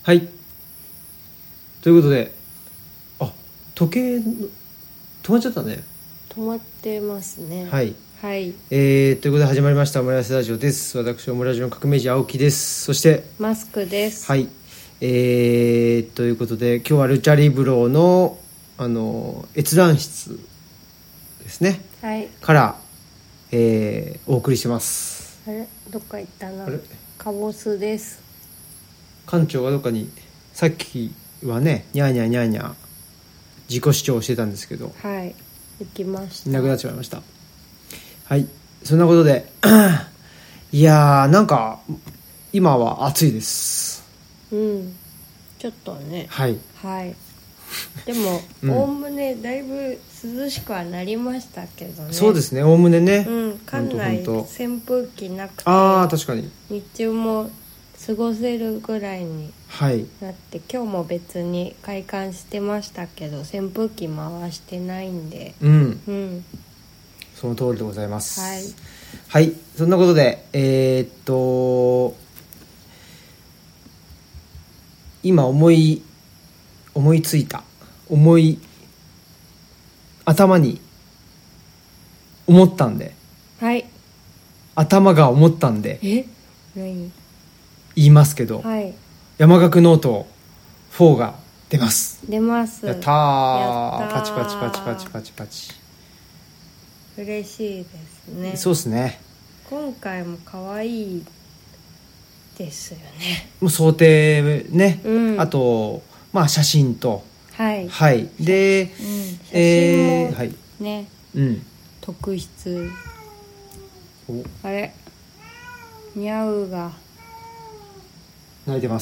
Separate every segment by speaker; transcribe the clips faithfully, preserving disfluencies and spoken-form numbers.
Speaker 1: はい。ということで、あ、時計止まっちゃったね。
Speaker 2: 止まってますね。
Speaker 1: はい。
Speaker 2: はい。
Speaker 1: えー、ということで始まりましたオムライスラジオです。私オムラジオの革命児青木です。そして
Speaker 2: マスクです。
Speaker 1: はい。えー、ということで今日はルチャリブロのあの閲覧室ですね。
Speaker 2: はい。
Speaker 1: から、えー、お送りしてます。
Speaker 2: あれどっか行ったな。
Speaker 1: あれ
Speaker 2: カボスです。
Speaker 1: 館長がどっかにさっきはねニャーニャーニャーニャー自己主張してたんですけど、
Speaker 2: はい。行きました。
Speaker 1: いなくなっちまいました。はい。そんなことでいやーなんか今は暑いです。
Speaker 2: うん。ちょっとね。
Speaker 1: はい。
Speaker 2: はい。でもおおむねだいぶ涼しくはなりましたけどね。
Speaker 1: そうですね。おおむねね。
Speaker 2: うん。館内扇風機なくて、
Speaker 1: ああ確かに
Speaker 2: 日中も過ごせるぐらいに
Speaker 1: はい
Speaker 2: なって、今日も別に開館してましたけど扇風機回してないんで、
Speaker 1: うん
Speaker 2: うん、
Speaker 1: その通りでございます。
Speaker 2: はい、
Speaker 1: はい、そんなことでえー、っと今思い思いついた思い頭に思ったんで、
Speaker 2: はい、
Speaker 1: 頭が思ったんで
Speaker 2: え何
Speaker 1: 言いますけど、
Speaker 2: はい、
Speaker 1: 山岳ノートフォーが出ます。
Speaker 2: 出ます。
Speaker 1: やったー、やったー、パチパチパチパチパチパチ。
Speaker 2: 嬉しいですね。
Speaker 1: そうですね。
Speaker 2: 今回も可愛いですよね。
Speaker 1: もう想定ね、
Speaker 2: うん、
Speaker 1: あとまあ写真と、
Speaker 2: はい
Speaker 1: はいで、うん、
Speaker 2: 写真も、
Speaker 1: えー、はい
Speaker 2: ね、
Speaker 1: うん、
Speaker 2: 特筆。
Speaker 1: お
Speaker 2: あれニャウが
Speaker 1: 泣いてます。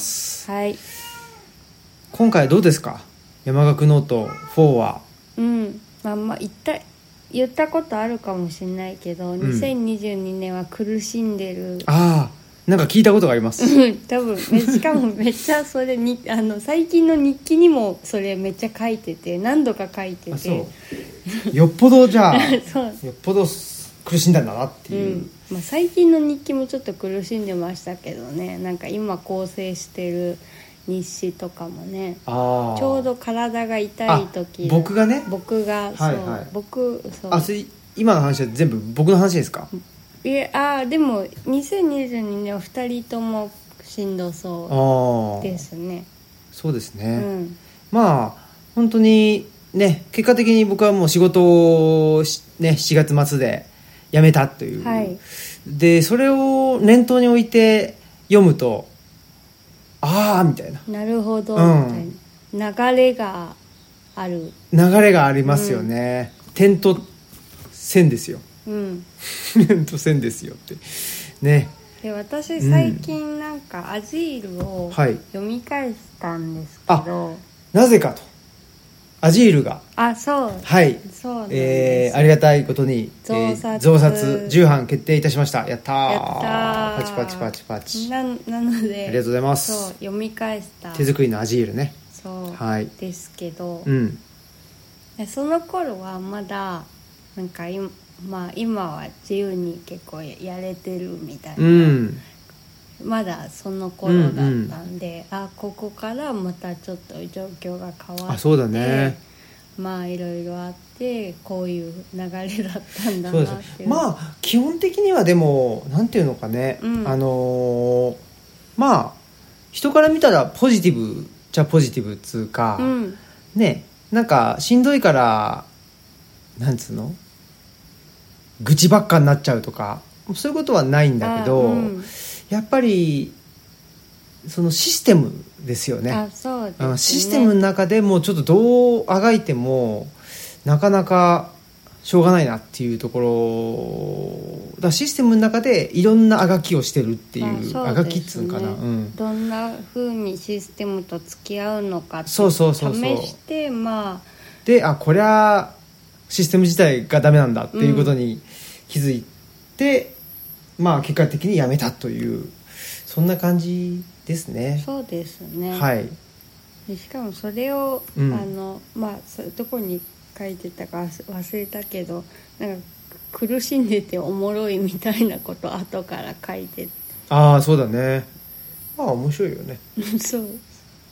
Speaker 2: はい。
Speaker 1: 今回どうですか、山岳ノートフォーは。
Speaker 2: うんまあまあ言った言ったことあるかもしれないけど、うん、にせんにじゅうにねんは苦しんでる。
Speaker 1: ああなんか聞いたことがあります。
Speaker 2: 多分しかもめっちゃそれにあの最近の日記にもそれめっちゃ書いてて、何度か書いてて、
Speaker 1: そうよっぽどじゃあ
Speaker 2: そう
Speaker 1: よっぽど苦しんだんだなっていう、
Speaker 2: うんまあ、最近の日記もちょっと苦しんでましたけどね。なんか今構成してる日誌とかもね、
Speaker 1: あ
Speaker 2: ちょうど体が痛い時、
Speaker 1: 僕がね
Speaker 2: 僕がそう、
Speaker 1: はいはい、
Speaker 2: 僕そう
Speaker 1: あそれ今の話は全部僕の話ですか。
Speaker 2: いえあでもにせんにじゅうにねんはふたりともしんどそうですね。
Speaker 1: そうですね、
Speaker 2: うん、
Speaker 1: まあ本当にね結果的に僕はもう仕事をねしがつ末で辞めたという、
Speaker 2: はい、
Speaker 1: でそれを念頭に置いて読むとああみたいな、
Speaker 2: なるほど、
Speaker 1: うん、
Speaker 2: みたいな流れがある
Speaker 1: 流れがありますよね、うん、点と線ですよ、
Speaker 2: うん、
Speaker 1: 点と線ですよってね。
Speaker 2: で私最近なんかアジールを読み返したんですけど、はい、
Speaker 1: なぜかとアジールが
Speaker 2: あそう
Speaker 1: はい
Speaker 2: そうなんです、
Speaker 1: えー、ありがたいことに
Speaker 2: 増刷、
Speaker 1: えー、増刷じゅうはん決定いたしました。やったー、
Speaker 2: やったー、
Speaker 1: パチパチパチパチ
Speaker 2: な, なので
Speaker 1: ありがとうございます。
Speaker 2: そう読み返した
Speaker 1: 手作りのアジールね。
Speaker 2: そう、はい、ですけど、
Speaker 1: うん、
Speaker 2: その頃はまだなんか今、まあ、今は自由に結構やれてるみたいな、うん、まだその頃だったんで、うんうん、あここからまたちょっと状況が変わって、
Speaker 1: あそうだね、
Speaker 2: まあいろいろあってこういう流れだったんだなっていう。
Speaker 1: まあ基本的にはでもなんていうのかね、うん、あのー、まあ人から見たらポジティブじゃポジティブつうか、うん、ねなんかしんどいからなんつうの愚痴ばっかになっちゃうとかそういうことはないんだけど、うん、やっぱりそのシステムですよね。
Speaker 2: あそうですね、
Speaker 1: システムの中でもちょっとどうあがいてもなかなかしょうがないなっていうところだ。システムの中でいろんなあがきをしてるっていう、あがきっつうかな、うん、
Speaker 2: どんな風にシステムと付き合うのかって試して、まあ
Speaker 1: であこりゃシステム自体がダメなんだっていうことに気づいて、うん、まあ結果的にやめたというそんな感じですね。
Speaker 2: そうですね、
Speaker 1: はい。
Speaker 2: でしかもそれを、うん、あのまあどこに書いてたか忘れたけどなんか苦しんでておもろいみたいなこと後から書いて。
Speaker 1: ああそうだね。まあ面白いよね
Speaker 2: そう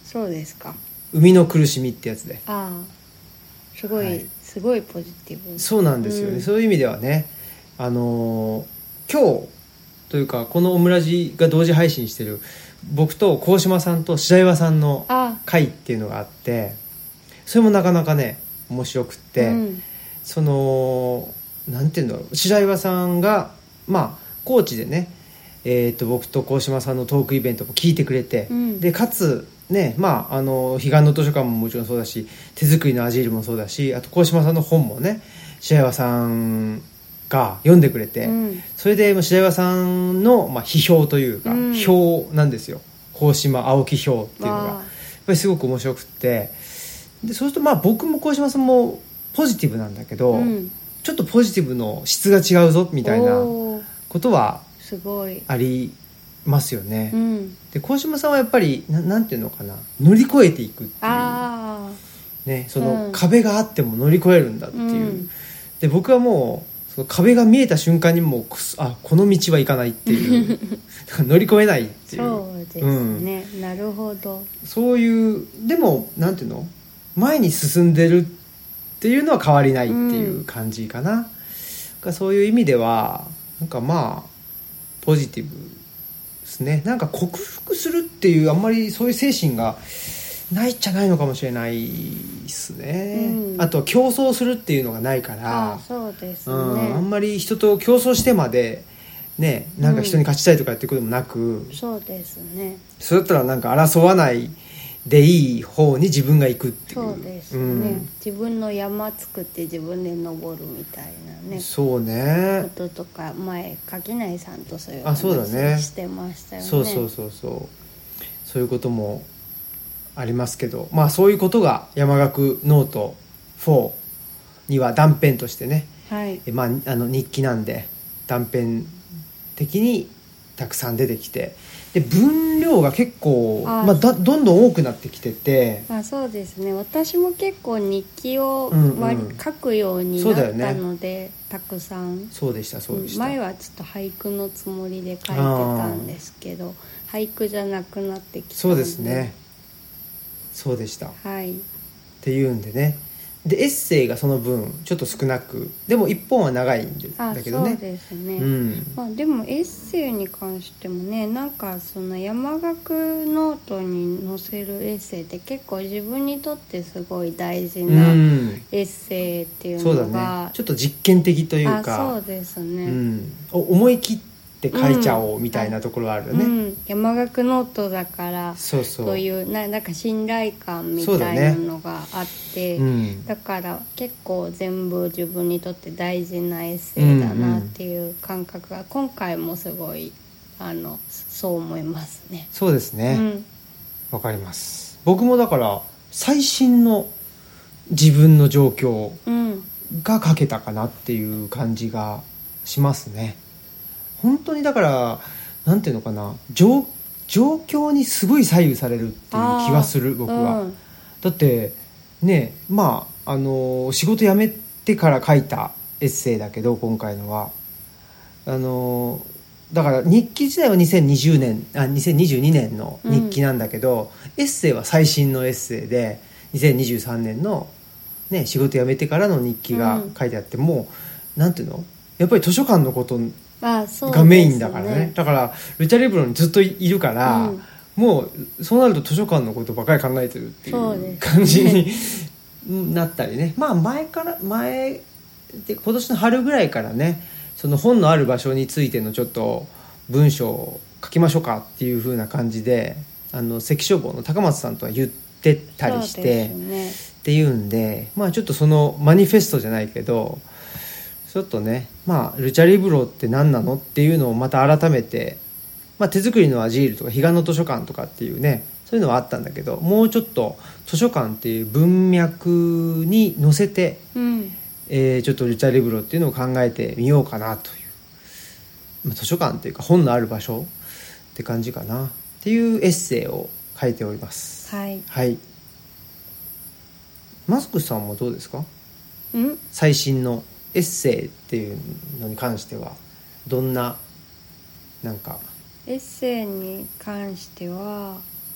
Speaker 2: そうですか。
Speaker 1: 生みの苦しみってやつで、
Speaker 2: ああすごい、はい、すごいポジティブ。
Speaker 1: そうなんですよね、うん、そういう意味ではね、あのー、今日というかこのオムラジが同時配信してる僕と鴻島さんと白岩さんの回っていうのがあって、それもなかなかね面白くって、うん、そのなんていうんだろう、白岩さんがまあ高知でね、えー、と僕と鴻島さんのトークイベントも聞いてくれて、うん、でかつね、まあ、あの彼岸の図書館ももちろんそうだし、手作りのアジールもそうだし、あと鴻島さんの本もね白岩さんが読んでくれて、うん、それで白岩さんの、まあ、批評というか、うん、評なんですよ、鴻島青木評っていうのがやっぱりすごく面白くって、でそうするとまあ僕も鴻島さんもポジティブなんだけど、うん、ちょっとポジティブの質が違うぞみたいなことは
Speaker 2: すごい
Speaker 1: ありますよね、うん、で鴻島さんはやっぱり な, なんていうのかな、乗り越えていくっていう、あ、ね、その壁があっても乗り越えるんだっていう、うん、で僕はもうその壁が見えた瞬間にもうあこの道は行かないっていう乗り越えないっていう、
Speaker 2: そうですね、うん、なるほど、
Speaker 1: そういうでもなんていうの、前に進んでるっていうのは変わりないっていう感じかな、うん、そういう意味ではなんかまあポジティブですね。なんか克服するっていうあんまりそういう精神がないっちゃないのかもしれないですね、うん、あと競争するっていうのがないから、
Speaker 2: あ、そうですね、
Speaker 1: うん、あんまり人と競争してまでね、なんか人に勝ちたいとかっていうこともなく、
Speaker 2: うん、そうですね、
Speaker 1: そうだったらなんか争わないでいい方に自分が行くっていう、
Speaker 2: そうですね、うん、自分の山作って自分で登るみたいなね、
Speaker 1: そうね、
Speaker 2: こととか前垣内さんとそういう
Speaker 1: 話
Speaker 2: してましたよね。
Speaker 1: そうそうそうそう、そういうこともありますけど、まあそういうことが山岳ノートフォーには断片としてね、はい、まあ、あの日記なんで断片的にたくさん出てきて、で分量が結構あ、まあ、だどんどん多くなってきてて、
Speaker 2: あ、そうですね、私も結構日記を割り、うんうん、書くようになったので、ね、たくさん、
Speaker 1: そうでしたそうでした、
Speaker 2: 前はちょっと俳句のつもりで書いてたんですけど俳句じゃなくなってきたので、
Speaker 1: そうですね、そうでした、はい、っていうんでね、でエッセイがその分ちょっと少なく、でも一本は長いんだけどね、
Speaker 2: あ、そうですね、うん、まあ、でもエッセイに関してもね、なんかその山岳ノートに載せるエッセイって結構自分にとってすごい大事なエッセイっていうのが、うん、そうだね、
Speaker 1: ちょっと実験的というか、
Speaker 2: あ、そうですね、
Speaker 1: うん、思い切ってで書いちゃおうみたいなところはあるよね、うんうん、
Speaker 2: 山岳ノートだから
Speaker 1: そうそう、
Speaker 2: というな、なんか信頼感みたいなのがあって だ,、ね、うん、だから結構全部自分にとって大事なエッセイだなっていう感覚が、うんうん、今回もすごいあのそう思いますね。
Speaker 1: そうですね、わ、うん、かります。僕もだから最新の自分の状況が書けたかなっていう感じがしますね。本当にだからなんていうのかな、 状, 状況にすごい左右されるっていう気がする僕は、うん、だってね、まああの仕事辞めてから書いたエッセイだけど今回のはあのだから日記自体はにせんにじゅうねんあにせんにじゅうにねんの日記なんだけど、うん、エッセイは最新のエッセイでにせんにじゅうさんねんの、ね、仕事辞めてからの日記が書いてあって、うん、もうなんていうの、やっぱり図書館のこと
Speaker 2: ああそう
Speaker 1: がメインだから ね, ねだからルチャリブロにずっといるから、うん、もうそうなると図書館のことばかり考えてるっていう感じになったりね。まあ前から前で今年の春ぐらいからね、その本のある場所についてのちょっと文章を書きましょうかっていう風な感じで、あの関書房の高松さんとは言ってたりして、ね、っていうんで、まあちょっとそのマニフェストじゃないけどちょっとね、まあルチャリブロって何なのっていうのをまた改めて、まあ、手作りのアジールとか彼岸の図書館とかっていうね、そういうのはあったんだけど、もうちょっと図書館っていう文脈に乗せて、うん、えー、ちょっとルチャリブロっていうのを考えてみようかなという、まあ、図書館っていうか本のある場所って感じかなっていうエッセイを書いております。
Speaker 2: はい、
Speaker 1: はい、マスクさんもどうですか？
Speaker 2: ん
Speaker 1: 最新のエッセイっていうのに関してはどんな、なんか
Speaker 2: エッセイに関しては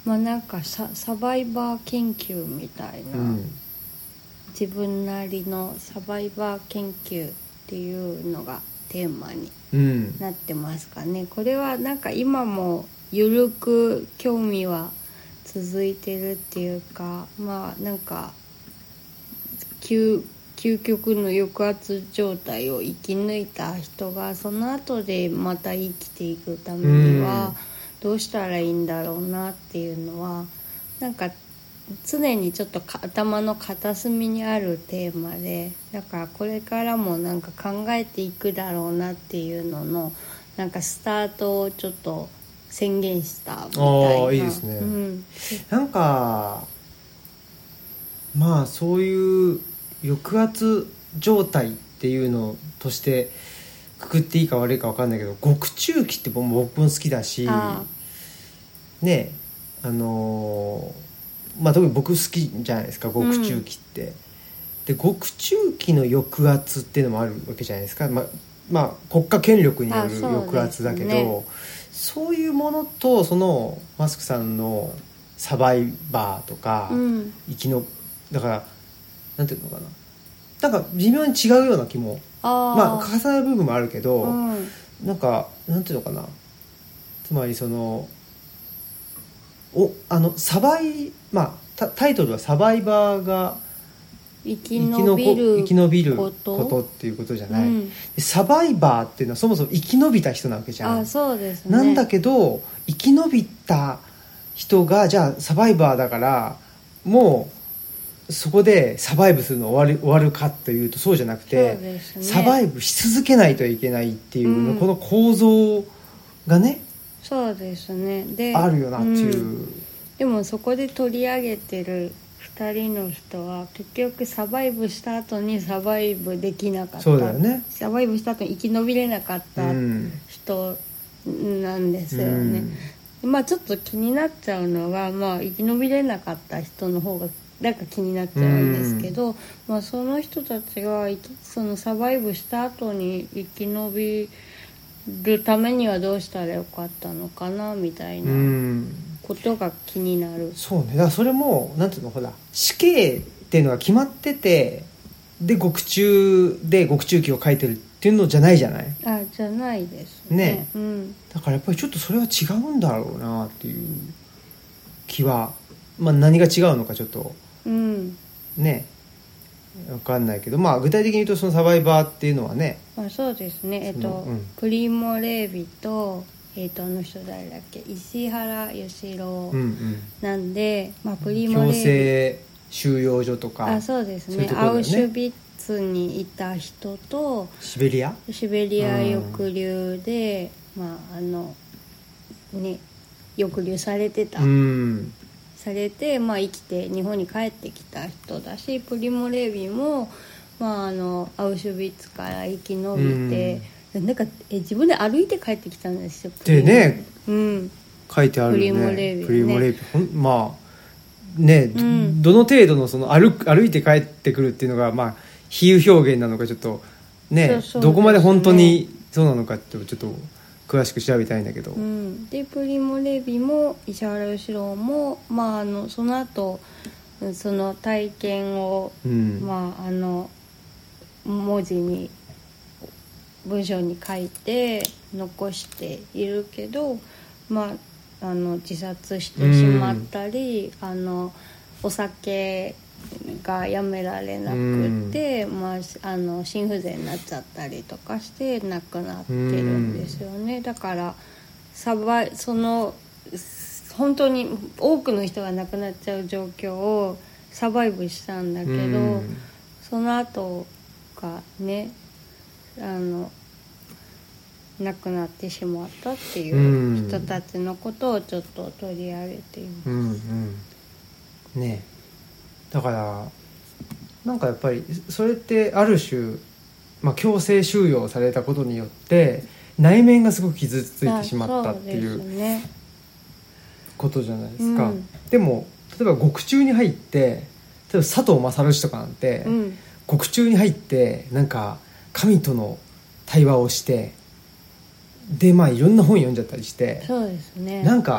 Speaker 2: まあなんか サ, サバイバー研究みたいな、うん、自分なりのサバイバー研究っていうのがテーマになってますかね、うん、これはなんか今もゆるく興味は続いてるっていうか、まあなんか究究極の抑圧状態を生き抜いた人がその後でまた生きていくためにはどうしたらいいんだろうなっていうのはなんか常にちょっと頭の片隅にあるテーマで、だからこれからもなんか考えていくだろうなっていうののなんかスタートをちょっと宣言したみたいな。
Speaker 1: あ、いいですね、うん、なんかまあそういう抑圧状態っていうのとしてくくっていいか悪いか分かんないけど、獄中期って僕も好きだしね、あのー、まあ特に僕好きじゃないですか獄中期って、うん、で獄中期の抑圧っていうのもあるわけじゃないですか。まあ、まあ、国家権力による抑圧だけど、そうね、そういうものとそのマスクさんのサバイバーとか、うん、生きのだからなんていうのかな、なんか微妙に違うような気も、あまあ重なる部分もあるけど、うん、なんかなんていうのかな、つまりそのおあのサバイ、まあ、タイトルはサバイバーが
Speaker 2: 生き延びる
Speaker 1: 生き延びることっていうことじゃない、うん、サバイバーっていうのはそもそも生き延びた人なわけじゃん。
Speaker 2: あ、そうですね。
Speaker 1: なんだけど生き延びた人がじゃあサバイバーだからもうそこでサバイブするの終わる、終わるかというとそうじゃなくて、ね、サバイブし続けないといけないっていう、うん、この構造がね、
Speaker 2: そうですね、で
Speaker 1: あるよなっていう、うん、
Speaker 2: でもそこで取り上げてるふたりの人は結局サバイブした後にサバイブできなかった、
Speaker 1: そうだよね、
Speaker 2: サバイブした後に生き延びれなかった人なんですよね、うん、まあちょっと気になっちゃうのが、まあ、生き延びれなかった人の方がなんか気になっちゃうんですけど、うん、まあ、その人たちがそのサバイブした後に生き延びるためにはどうしたらよかったのかなみたいなことが気になる、
Speaker 1: うん、そうね、だからそれもなんていうの、ほら死刑っていうのが決まっててで獄中で獄中記を書いてるっていうのじゃないじゃない。
Speaker 2: あ、じゃないですね、
Speaker 1: ね、うん、だからやっぱりちょっとそれは違うんだろうなっていう気は、まあ、何が違うのかちょっと、うん、ね分かんないけど、まあ、具体的に言うとそのサバイバーっていうのはね、
Speaker 2: まあ、そうですね、えっとうん、プリモ・レービと、えっと、あの人誰だっけ、石原義郎なんで、うんうん、まあ、プリモ・レービ
Speaker 1: 強制収容所とか、
Speaker 2: あ、そうですね、ね、アウシュビッツにいた人と
Speaker 1: シベリア
Speaker 2: シベリア抑留で、うん、まああのね抑留されてた、うんされて、まあ、生きて日本に帰ってきた人だし、プリモ・レービも、まあ、あのアウシュビッツから生き延びて、うん、なんかえ自分で歩いて帰ってきたんですよ
Speaker 1: でね、
Speaker 2: うん、
Speaker 1: 書いてあるね、
Speaker 2: プリモ・レービ、ね、
Speaker 1: プリモ・レービほんまあね、うん、どの程度のその 歩, 歩いて帰ってくるっていうのが、まあ、比喩表現なのかちょっとね、そうそうですね、どこまで本当にそうなのかってちょっと詳しく調べたいんだけど、うん、
Speaker 2: でプリモ・レビも石原義郎も、まあ、あのその後その体験を、うん、まあ、あの文字に文章に書いて残しているけど、まあ、あの自殺してしまったり、うん、あのお酒がやめられなくて、うん、まあ、あの心不全になっちゃったりとかして亡くなってるんですよね、うん、だからサバその本当に多くの人が亡くなっちゃう状況をサバイブしたんだけど、うん、その後がねあの亡くなってしまったっていう人たちのことをちょっと取り上げています、うん
Speaker 1: うん、ねえだからなんかやっぱりそれってある種、まあ、強制収容されたことによって内面がすごく傷ついてしまったっていうことじゃないですか、うん、でも例えば獄中に入って例えば佐藤勝氏とかなんて、うん、獄中に入ってなんか神との対話をしてでまあいろんな本読んじゃったりして、
Speaker 2: そうですね、
Speaker 1: なんか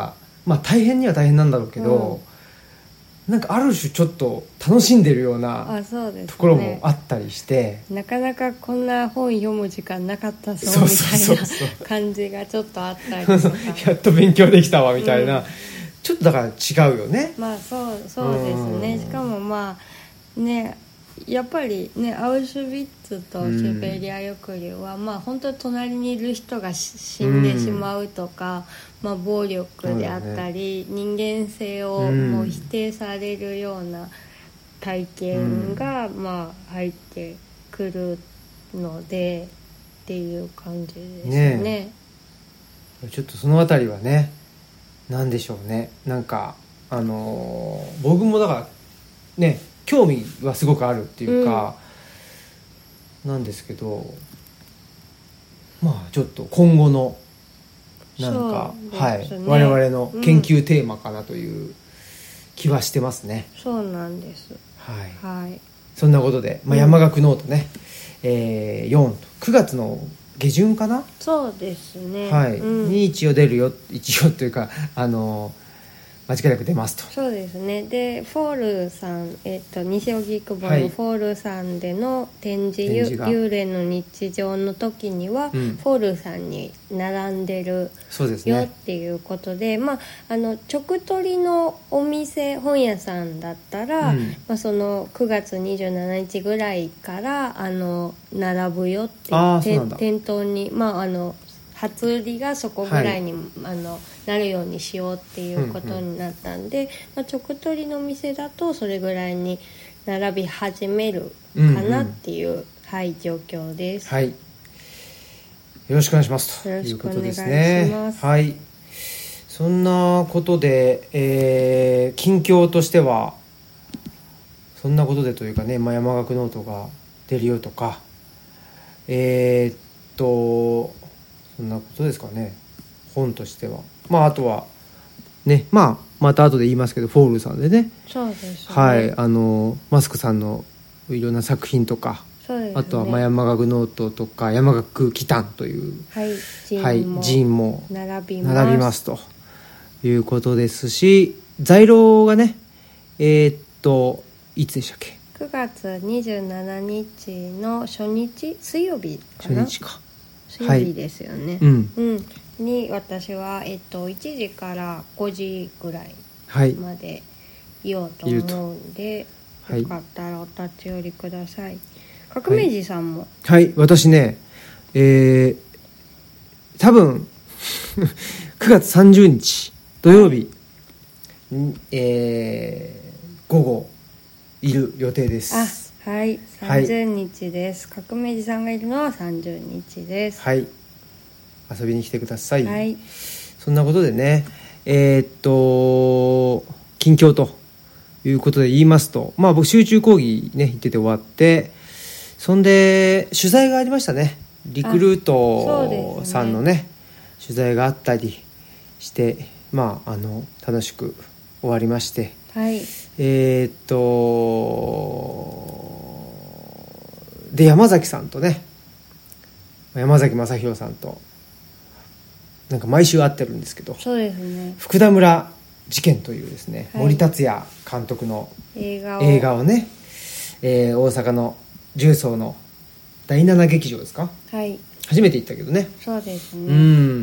Speaker 1: まあ大変には大変なんだろうけど、うん、なんかある種ちょっと楽しんでるようなところもあったりして、
Speaker 2: ね、なかなかこんな本読む時間なかったそうみたいな感じがちょっとあったりとか
Speaker 1: やっと勉強できたわみたいな、うん、ちょっとだから違うよね。
Speaker 2: まあそうそうですね、うん、しかもまあねやっぱりねアウシュビッツとシベリア抑留は、うん、まあ本当に隣にいる人が死んでしまうとか、うん、まあ、暴力であったり、ね、人間性をもう否定されるような体験が、うん、まあ入ってくるのでっていう感じですね。ね
Speaker 1: ちょっとそのあたりはねなんでしょうね、なんかあのー、僕もだからね興味はすごくあるっていうか、うん、なんですけどまあちょっと今後のなんか、ね、はい、我々の研究テーマかなという気はしてますね、
Speaker 2: うん、そうなんです、
Speaker 1: はい
Speaker 2: はい、
Speaker 1: そんなことで、まあ、山岳ノートね、うん、えー、よんくがつの下旬かな、
Speaker 2: そうですね、
Speaker 1: はい、うん、に一応出るよ一応というかあの間違いなく出ますと。
Speaker 2: そうですね。でフォールさん、えっと、西荻窪のフォールさんでの展示、はい、幽霊の日常の時には、うん、フォールさんに並んでるよっていうことで、まあ、あの直取りのお店本屋さんだったら、うん、まあ、そのくがつにじゅうしちにちぐらいからあの並ぶよっていう店頭に、まあ、あの初売りがそこぐらいに、はい、あのなるようにしようっていうことになったんで、うんうん、まあ、直取りの店だとそれぐらいに並び始めるかなっていう、うんうん、はい、状況です。
Speaker 1: はい、よろしくお願いしますということですね。はい、そんなことで、えー、近況としてはそんなことでというかね、まあ、山岳ノートが出るよとか、えー、っとそんなことですかね、本としては。まああとはね、まあまた後で言いますけどフォールさんでね、
Speaker 2: そうですね、
Speaker 1: はい、あのマスクさんのいろんな作品とか、
Speaker 2: そうですね、
Speaker 1: あとはまあ山岳ノートとか山岳祈祷という、
Speaker 2: はい、
Speaker 1: 寺院も
Speaker 2: 並びます、
Speaker 1: 並びますということですし、在廊がね、えー、っといつでしたっけ、
Speaker 2: くがつにじゅうしちにちの初日、水曜日かな、
Speaker 1: 初日か、
Speaker 2: 水曜日ですよね、
Speaker 1: はい、うん
Speaker 2: うん、に私は、えっと、いちじからごじぐらいまでいようと思うんで、はい、よかったらお立ち寄りください。革命児さんも、
Speaker 1: はい、はい、私ね、えー、多分くがつさんじゅうにち土曜日、えー、午後いる予定です。
Speaker 2: あ、はい、さんじゅうにちです、はい、革命児さんがいるのはさんじゅうにちです。
Speaker 1: はい、遊びに来てください、
Speaker 2: はい、
Speaker 1: そんなことでね、えー、っと近況ということで言いますと、まあ僕集中講義ね行ってて終わって、そんで取材がありましたね、リクルートさんの ね, ね取材があったりして、まああの楽しく終わりまして、
Speaker 2: はい、
Speaker 1: えー、っとで山崎さんとね、山崎正弘さんとなんか毎週会ってるんですけど、
Speaker 2: そうですね、
Speaker 1: 福田村事件というですね、はい、森達也監督の映画 を, 映画をね、えー、大阪の重曹のだいなな劇場ですか、
Speaker 2: はい、
Speaker 1: 初めて行ったけどね、
Speaker 2: そうですね、
Speaker 1: うん、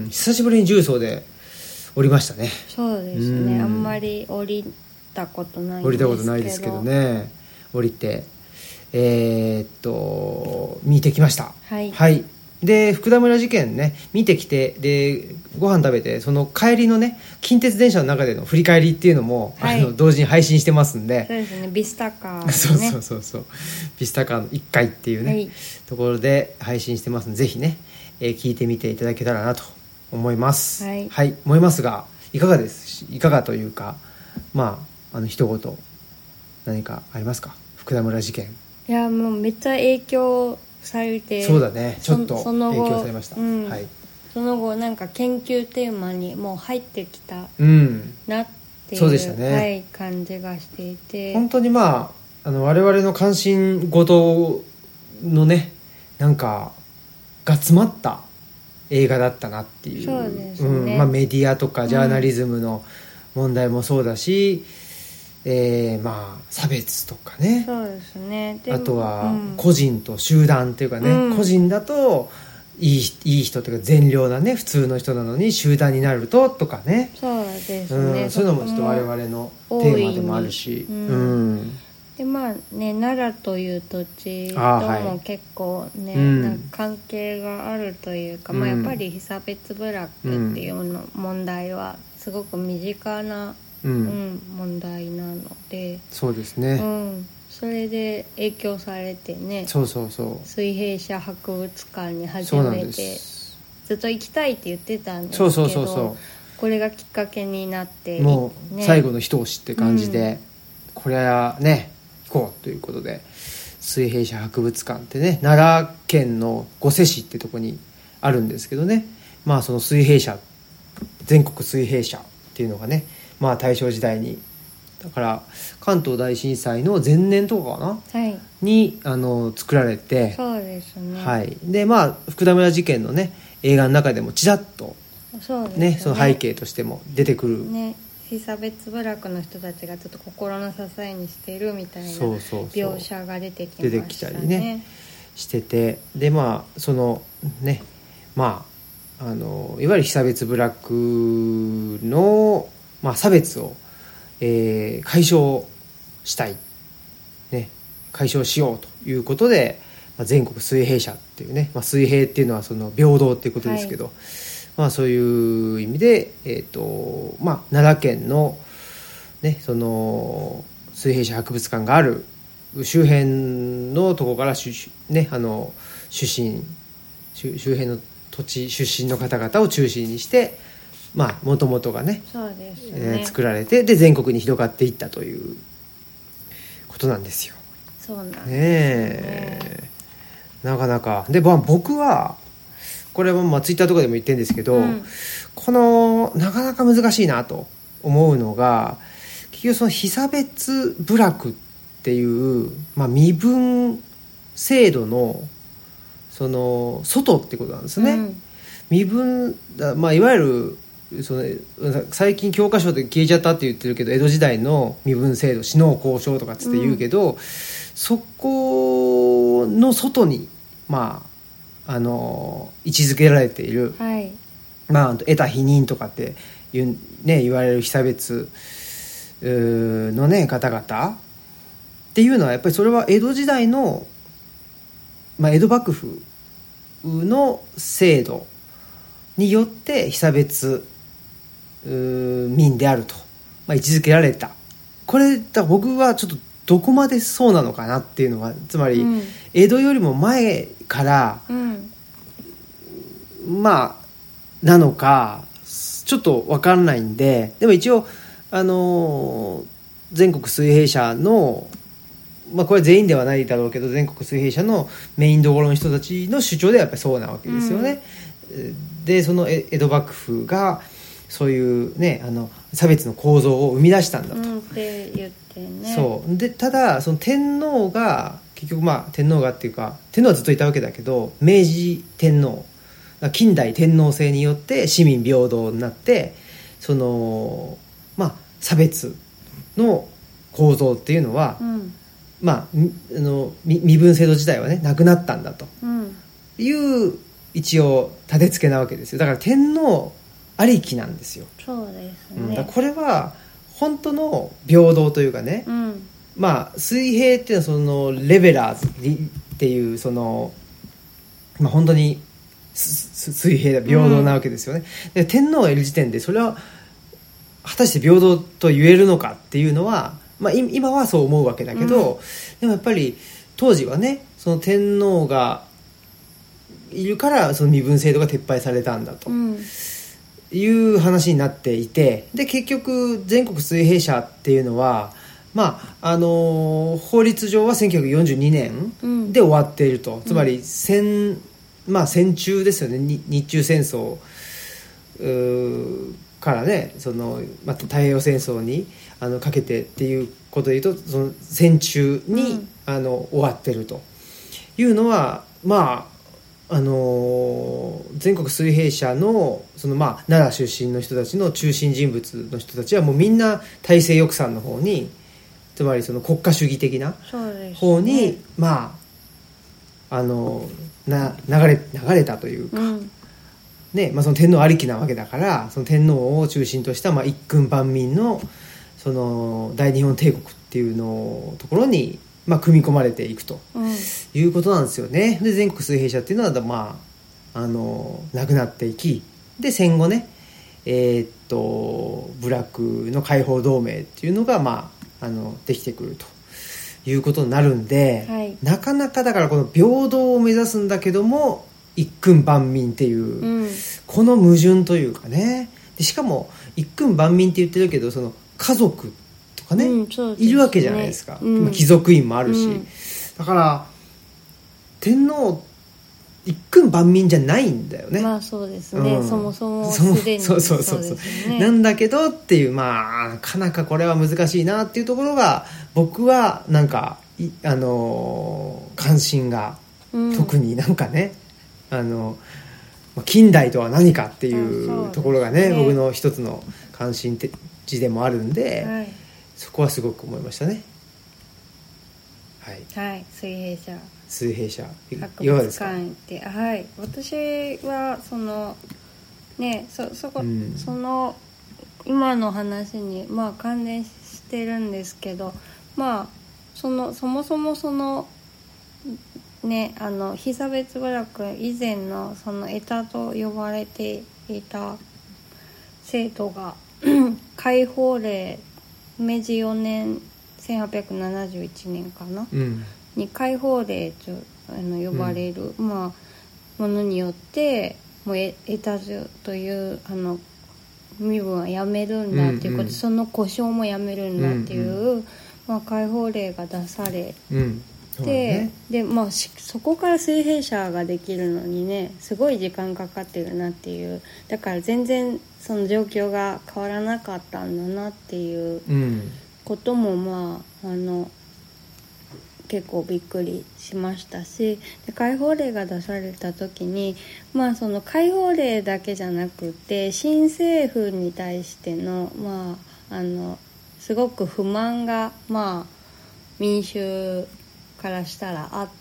Speaker 1: 久しぶりに重曹で降りましたね。
Speaker 2: そうですね、あんまり降りたことないんですけど
Speaker 1: 降りたことないですけどね、降りてえー、っと見てきました。
Speaker 2: はい、
Speaker 1: はい、で福田村事件ね見てきて、でご飯食べて、その帰りのね近鉄電車の中での振り返りっていうのも、はい、あの同時に配信してますんで、
Speaker 2: そうですね、ビスタカー、ね、
Speaker 1: そうそうそうそう、ビスタカーのいっかいっていうね、はい、ところで配信してますので、ぜひね、えー、聞いてみていただけたらなと思います。
Speaker 2: はい、
Speaker 1: はい、思いますが、いかがですいかがというか、まああの一言何かありますか、福田村事件。
Speaker 2: いやもうめっちゃ影響されて、
Speaker 1: そうだね、ちょっと影響されました。
Speaker 2: その後、うん、
Speaker 1: はい、
Speaker 2: その後なんか研究テーマにもう入ってきたなっていう、
Speaker 1: そうでしたね、
Speaker 2: はい、感じがしていて、
Speaker 1: 本当にまあ、あの我々の関心事のねなんかが詰まった映画だったなっていう、
Speaker 2: そうですね、
Speaker 1: うん、まあ、メディアとかジャーナリズムの問題もそうだし、えー、まあ差別とかね、
Speaker 2: そうですね。
Speaker 1: あとは個人と集団っていうかね、うん、個人だといい、いい人というか善良なね普通の人なのに集団になるととかね、
Speaker 2: そうですね、
Speaker 1: うん、そういうのもちょっと我々のテーマでもあるし、うんうん、
Speaker 2: でまあね、奈良という土地とも結構ね、はい、なんか関係があるというか、うん、まあ、やっぱり被差別部落っていうの問題はすごく身近な、うんうん、問題なので、
Speaker 1: そうですね、
Speaker 2: うん、それで影響されてね、
Speaker 1: そうそうそう、
Speaker 2: 水平社博物館に初めてずっと行きたいって言ってたんですけど、
Speaker 1: そうそうそうそう、
Speaker 2: これがきっかけになって、
Speaker 1: もう、ね、最後の一押しって感じで、うん、これはね行こうということで、水平社博物館ってね、奈良県の御所市ってとこにあるんですけどね、まあその水平社、全国水平社っていうのがね、まあ大正時代に、だから関東大震災の前年とかかな、はい、にあの作られて、
Speaker 2: そうですね、
Speaker 1: はい、でまあ福田村事件のね映画の中でもちらっと
Speaker 2: そうです
Speaker 1: ね、その背景としても出てくる、
Speaker 2: ね、被差別部落の人たちがちょっと心の支えにしているみたいな描写が出てきましたね。
Speaker 1: 出てきたりねしてて、でまあそのね、まああのいわゆる被差別部落の、まあ、差別を、えー、解消したい、ね、解消しようということで、まあ、全国水平社っていうね、まあ、水平っていうのはその平等っていうことですけど、はい、まあ、そういう意味で、えーとまあ、奈良県の、ね、その水平社博物館がある周辺のところから、ね、あの出身周辺の土地出身の方々を中心にして、まあ、もともとがね、
Speaker 2: そうですね、
Speaker 1: えー、作られて、で全国に広がっていったということなんですよ。
Speaker 2: そうなんですね。
Speaker 1: ね、なかなかで、まあ、僕はこれはまあツイッターとかでも言ってるんですけど、うん、このなかなか難しいなと思うのが、結局その被差別部落っていう、まあ、身分制度のその外ってことなんですね、うん、身分、まあ、いわゆるその最近教科書で消えちゃったって言ってるけど、江戸時代の身分制度、死農交渉とかつって言うけど、うん、そこの外にまああの位置づけられている、
Speaker 2: はい、
Speaker 1: まあ、得た否認とかって言う、ね、言われる被差別の、ね、方々っていうのは、やっぱりそれは江戸時代の、まあ、江戸幕府の制度によって被差別民であると、まあ、位置づけられた。これだ、僕はちょっとどこまでそうなのかなっていうのは、つまり、うん、江戸よりも前から、うん、まあなのかちょっと分かんないんで、でも一応あのー、全国水平社の、まあこれ全員ではないだろうけど、全国水平社のメインどころの人たちの主張ではやっぱりそうなわけですよね、うん、でその江戸幕府がそういうね、あの差別の構造を生み出したんだと、うん、
Speaker 2: って言ってね。
Speaker 1: そうで、ただその天皇が結局、まあ天皇がっていうか天皇はずっといたわけだけど、明治天皇、近代天皇制によって市民平等になって、そのまあ差別の構造っていうのは、うん、まああの身分制度自体はねなくなったんだという、うん、一応立て付けなわけですよ。だから天皇ありきなんですよ。
Speaker 2: そうですね、
Speaker 1: うん、だからこれは本当の平等というかね、うん、まあ水平っていうのはそのレベラーズっていうその、まあ、本当に水平だ、平等なわけですよね、うん、で天皇がいる時点でそれは果たして平等と言えるのかっていうのは、まあ、今はそう思うわけだけど、うん、でもやっぱり当時はね、その天皇がいるからその身分制度が撤廃されたんだと、うんいう話になっていて、で結局全国水平社っていうのは、まああのー、法律上はせんきゅうひゃくよんじゅうにねんで終わっていると、うん、つまり戦、まあ、戦中ですよね。日中戦争からね、その、まあ、太平洋戦争にあのかけてっていうことで言うと、その戦中に、うん、あの終わってるというのは、まああのー、 全国水平社 の, そのまあ奈良出身の人たちの中心人物の人たちはもうみんな体制抑散の方に、つまりその国家主義的な方に、ね、まああのな流れ流れたというか、うんねまあ、その天皇ありきなわけだから、その天皇を中心としたまあ一君万民のその大日本帝国っていうのところにまあ組み込まれていくということなんですよね。で全国水平社っていうのはまああのなくなっていき、で戦後ねえー、っと部落の解放同盟っていうのがまああのできてくるということになるんで、はい、なかなかだからこの平等を目指すんだけども一君万民っていう、うん、この矛盾というかね。でしかも一君万民って言ってるけど、その家族とかね、うん、そうですね、いるわけじゃないですか、うん、貴族院もあるし、うん、だから天皇一君万民じゃないんだよね。
Speaker 2: まあそうですね、うん、そもそもすでに
Speaker 1: そうそうそうそう、ね、なんだけどっていう、まあなかなかこれは難しいなっていうところが僕はなんかあのー、関心が、うん、特になんかねあの近代とは何かっていうところが ね, ね僕の一つの関心事でもあるんで、はい、そこはすごく思いましたね。はい、
Speaker 2: はい、水平社
Speaker 1: 水平社
Speaker 2: いかがですか。はい、私はそのね そ, そ, こ、うん、その今の話にまあ関連してるんですけど、まあそのそもそもそのねあの被差別部落以前のそのエタと呼ばれていた制度が解放令明治よねんせんはっぴゃくななじゅういちねんかな、うんに解放令とあの呼ばれる、うんまあ、ものによってもうエタというあの身分はやめるんだっていうこと、うんうん、その故障もやめるんだっていう、うんうんまあ、解放令が出され、うんで, ねでまあ、そこから水平社ができるのにねすごい時間かかってるなっていう、だから全然その状況が変わらなかったんだなっていうことも、まああの結構びっくりしましたし、で解放令が出された時に、まあ、その解放令だけじゃなくて新政府に対しての、まあ、あのすごく不満が、まあ、民衆からしたらあって、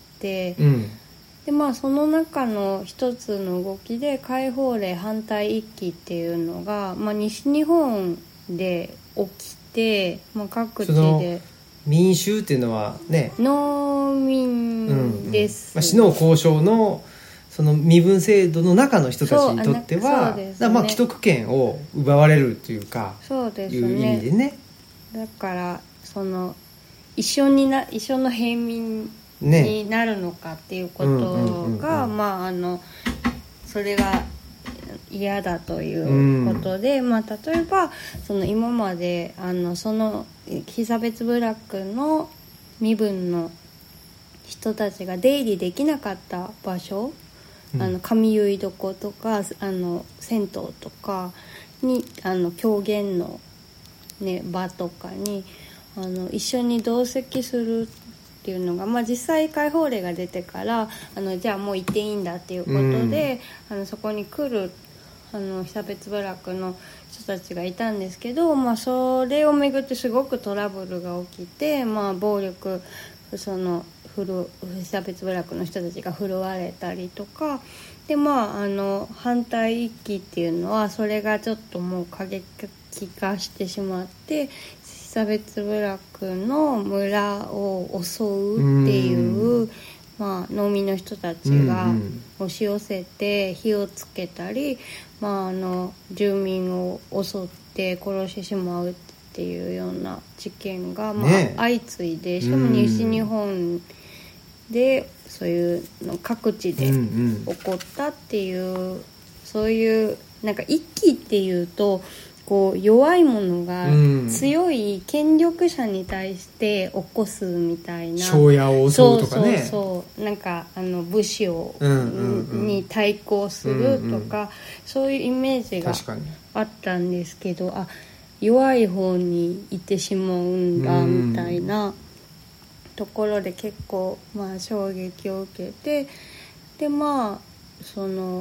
Speaker 2: うん、でまあ、その中の一つの動きで解放令反対一揆っていうのが、まあ、西日本で起きて、まあ、各地で
Speaker 1: 民衆っていうのはね
Speaker 2: 農民です、
Speaker 1: うんうんまあ、市農交渉のその身分制度の中の人たちにとっては、ね、だまあ既得権を奪われるというか
Speaker 2: そうです、ね、
Speaker 1: いう意味でね。
Speaker 2: だからその一緒にな一緒の平民になるのかっていうことがまああのそれが嫌だということで、うんまあ、例えばその今まであのその被差別部落の身分の人たちが出入りできなかった場所、うん、あの髪結い床とかあの銭湯とかにあの狂言の、ね、場とかにあの一緒に同席するっていうのが、まあ、実際解放令が出てからあのじゃあもう行っていいんだっていうことで、うん、あのそこに来るあの被差別部落の人たちがいたんですけど、まあ、それをめぐってすごくトラブルが起きて、まあ、暴力その被差別部落の人たちが振るわれたりとかで、まあ、あの反対一揆っていうのはそれがちょっともう過激化してしまって被差別部落の村を襲うっていう、まあ、農民の人たちが押し寄せて火をつけたり、まあ、あの住民を襲って殺してしまうっていうような事件が、まあね、相次いでしかも西日本でそういうの各地で起こったっていう、うんうん、そういうなんか一揆っていうとこう弱いものが強い権力者に対して起こすみたいな
Speaker 1: 庄屋を襲うとかね
Speaker 2: そうそうそうなんかあの武士を、うんうんうん、に対抗するとか、うんうん、そういうイメージがあったんですけどあ弱い方に行ってしまうんだみたいなところで結構まあ衝撃を受けてでまあその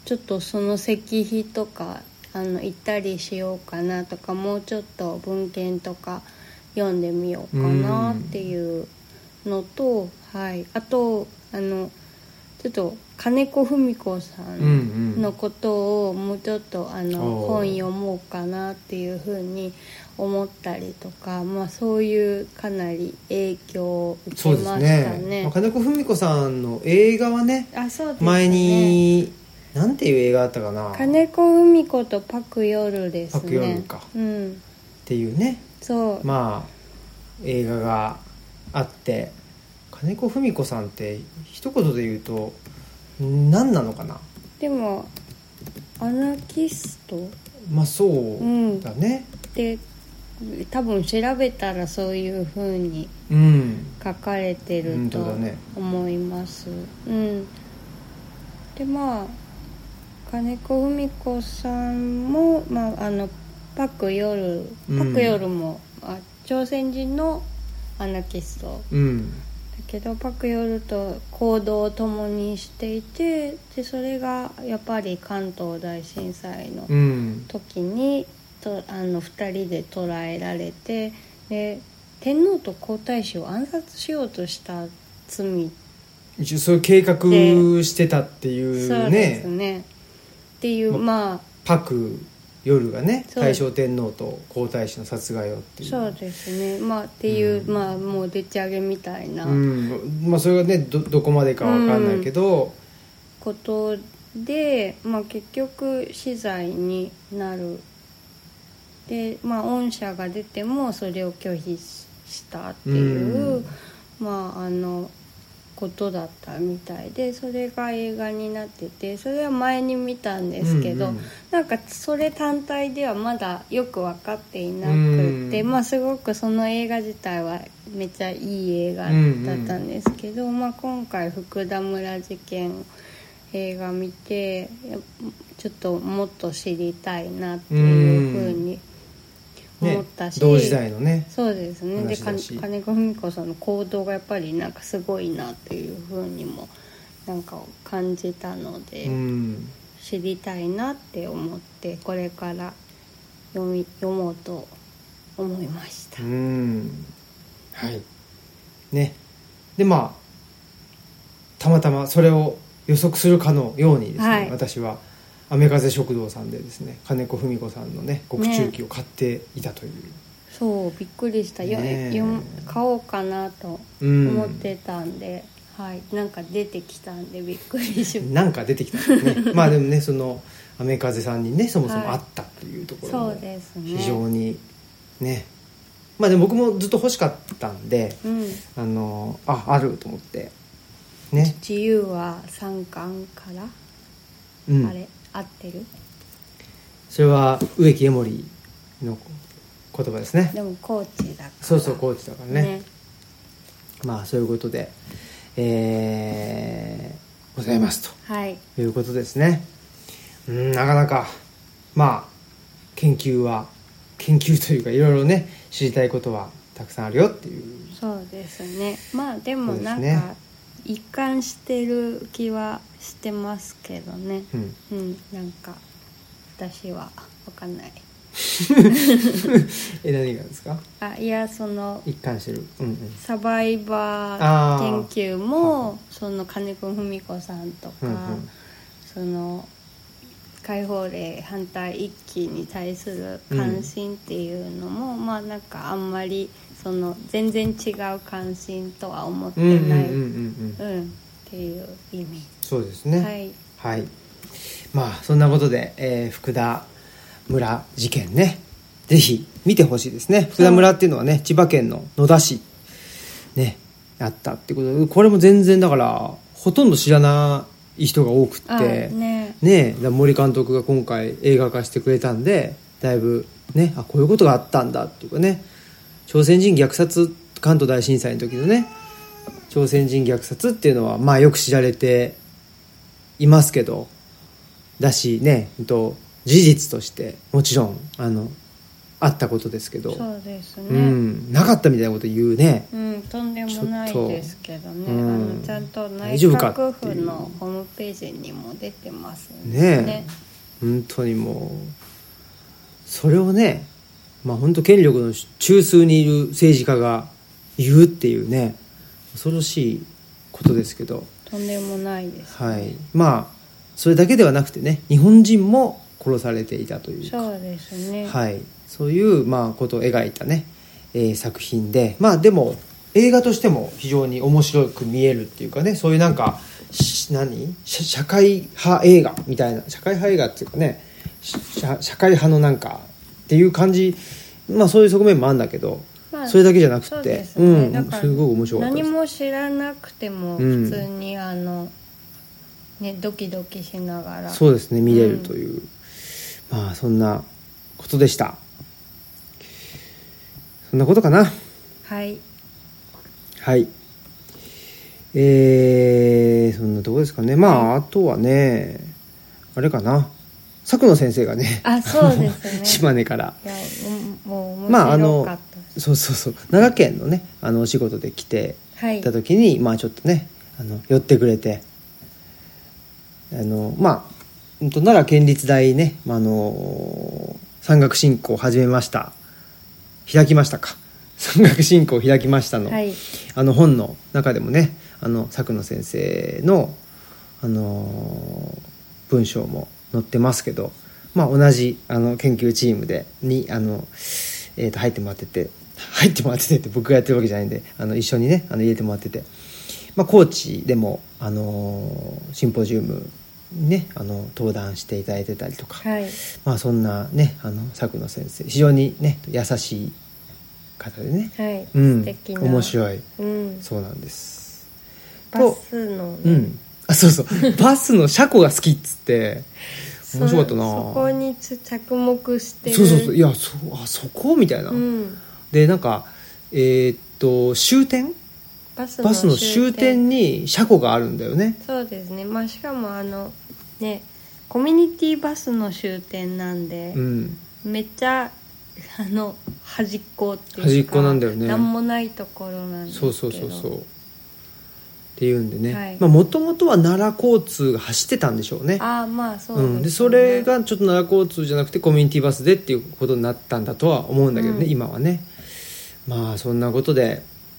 Speaker 2: ちょっとその石碑とかあの行ったりしようかなとか、もうちょっと文献とか読んでみようかなっていうのと、はい、あとあのちょっと金子文子さんのことをもうちょっとあの本読もうかなっていうふうに思ったりとか、まあ、そういうかなり影響を受けましたね。そうですね、
Speaker 1: まあ、金子文子さんの映画はね、
Speaker 2: あ、そうですね、
Speaker 1: 前になんていう映画だったかな、
Speaker 2: 金子文子とパクヨルですね。
Speaker 1: パクヨルか、うん、っていうね、
Speaker 2: そう
Speaker 1: まあ映画があって、金子文子さんって一言で言うと何なのかな。
Speaker 2: でもアナキスト、
Speaker 1: まあそうだね、
Speaker 2: うん、で多分調べたらそういう風に書かれてると思います、うんうんね、うん、でまあ金子文子さんも、まあ、あのパクヨルパクヨルも、うん、あ朝鮮人のアナキスト、うんだけどパクヨルと行動を共にしていて、でそれがやっぱり関東大震災の時に、うん、とあのふたりで捕らえられて、で天皇と皇太子を暗殺しようとした罪、
Speaker 1: 一応そういう計画してたっていうね。
Speaker 2: そうですねっていう、まあ
Speaker 1: パク夜がね、大正天皇と皇太子の殺害をっていう、
Speaker 2: そうですね、まあっていう、うん、まあもうでっち上げみたいな、
Speaker 1: うんまあ、それがね ど, どこまでか分かんないけど、うん、
Speaker 2: ことで、まあ、結局死罪になる。で、まあ、恩赦が出てもそれを拒否したっていう、うん、まああのことだったみたいで、それが映画になってて、それは前に見たんですけど、うんうん、なんかそれ単体ではまだよく分かっていなくて、うんまあ、すごくその映画自体はめっちゃいい映画だったんですけど、うんうんまあ、今回福田村事件映画見てちょっともっと知りたいなっていう風に思ったし、
Speaker 1: ね、同時代のね、
Speaker 2: そうですね、で金子文子さんの行動がやっぱりなんかすごいなっていう風にもなんか感じたので、うん、知りたいなって思ってこれから読み読もうと思いました。
Speaker 1: うんはいね、でまあたまたまそれを予測するかのようにですね、はい、私は雨風食堂さんでですね金子文子さんのね獄中記を買っていたという、ね、
Speaker 2: そうびっくりした、ね、よよ買おうかなと思ってたんで、うんはい、なんか出てきたんでびっくりしました。
Speaker 1: なんか出てきたんですねまあでもねその雨風さんにねそもそもあったというところも非常にね、はい、まあでも僕もずっと欲しかったんで、うん、あのああると思ってね、
Speaker 2: 自由は三巻から、うん、あれ合ってる？
Speaker 1: それは植木江守の言葉ですね。
Speaker 2: でも高知だから。
Speaker 1: そうそう高知だからね。ねまあそういうことで、えー、ございますと、はい、いうことですね。うんなかなかまあ研究は研究というかいろいろね知りたいことはたくさんあるよっていう。
Speaker 2: そうですね。まあでもなんか一貫してる気はしてますけどね、うん、うん、なんか私は分かんない
Speaker 1: え何がですか？
Speaker 2: あいやその
Speaker 1: 一貫してる、うんうん、
Speaker 2: サバイバー研究もその金子文子さんとか、うんうん、その解放令反対一揆に対する関心っていうのも、うん、まあなんかあんまりその全然違う関心とは思ってないっていう意味。
Speaker 1: そうですね、はいはい、まあそんなことで、えー、福田村事件ねぜひ見てほしいですね。福田村っていうのはね千葉県の野田市ねあったってことで、これも全然だからほとんど知らない人が多くってねね森監督が今回映画化してくれたんでだいぶねあこういうことがあったんだっていうかね、朝鮮人虐殺関東大震災の時のね朝鮮人虐殺っていうのはまあよく知られていますけどだしねと事実としてもちろんあのあったことですけど、
Speaker 2: そうですね、
Speaker 1: うん、なかったみたいなこと言うね、
Speaker 2: うん、とんでもないですけどね、
Speaker 1: うん、
Speaker 2: あのちゃんと内閣府のホームページにも出てますね。
Speaker 1: ねえ、本当にもうそれをね、まあ本当権力の中枢にいる政治家が言うっていうね、恐ろしいことですけど、
Speaker 2: とんでもないです、
Speaker 1: ね、はい、まあそれだけではなくてね、日本人も殺されていたというか、
Speaker 2: そうですね、
Speaker 1: はい、そういうまあことを描いたね、えー、作品で、まあでも映画としても非常に面白く見えるっていうかね、そういうなんか何社会派映画みたいな、社会派映画っていうかね、社, 社会派のなんかっていう感じ、まあそういう側面もあるんだけど、まあ、それだけじゃなくて、ね、うん、すごく面白かったです。
Speaker 2: 何も知らなくても普通に、うん、あのね、ドキドキしながら
Speaker 1: そうですね、見れるという、うん、まあそんなことでした。そんなことかな。
Speaker 2: はい
Speaker 1: はい、えー、そんなとこですかね。まあ、はい、あとはね、あれかな、佐久野先生がね、
Speaker 2: あ、そうですね
Speaker 1: 島根から、
Speaker 2: いやもう面白かった、まあ、あの
Speaker 1: そうそうそう、奈良県のね、あのお仕事で来てた時に、はい、まあちょっとね、あの寄ってくれて、あのまあ奈良県立大ね、あの山岳信仰を始めました、開きましたか山岳信仰を開きましたの、はい、あの本の中でもね、あの佐久野先生の、あの文章も載ってますけど、まあ、同じあの研究チームでにあの、えー、と入ってもらってて入ってもらっててって僕がやってるわけじゃないんで、あの一緒にね、あの入れてもらってて、まあ、高知でも、あのシンポジウムにね、あの登壇していただいてたりとか、はい、まあ、そんなね、あの佐久野先生非常にね優しい方でね、
Speaker 2: はい、
Speaker 1: うん、
Speaker 2: 素敵な
Speaker 1: 面白い、
Speaker 2: うん、
Speaker 1: そうなんです。
Speaker 2: バスの、ね、
Speaker 1: うん、あ、そうそうバスの車庫が好きっつって面白かったな。
Speaker 2: そ, そこに着目してる。
Speaker 1: そうそうそう、いや そ, あそこみたいな、うん、でなんかえー、っと終点バスの終点、バスの終点に車庫があるんだよね。
Speaker 2: そうですね、まあ、しかもあのねコミュニティバスの終点なんで、うん、めっちゃあの端っこっていうか
Speaker 1: 端っこなんだよね、
Speaker 2: なんもないところなんですけど、
Speaker 1: そうそうそうそうっていうんでね、もともとは奈良交通が走ってたんでしょうね。
Speaker 2: あ、まあそうですね、うん、
Speaker 1: でそれがちょっと奈良交通じゃなくてコミュニティバスでっていうことになったんだとは思うんだけどね、うん、今はね。まあそんなことで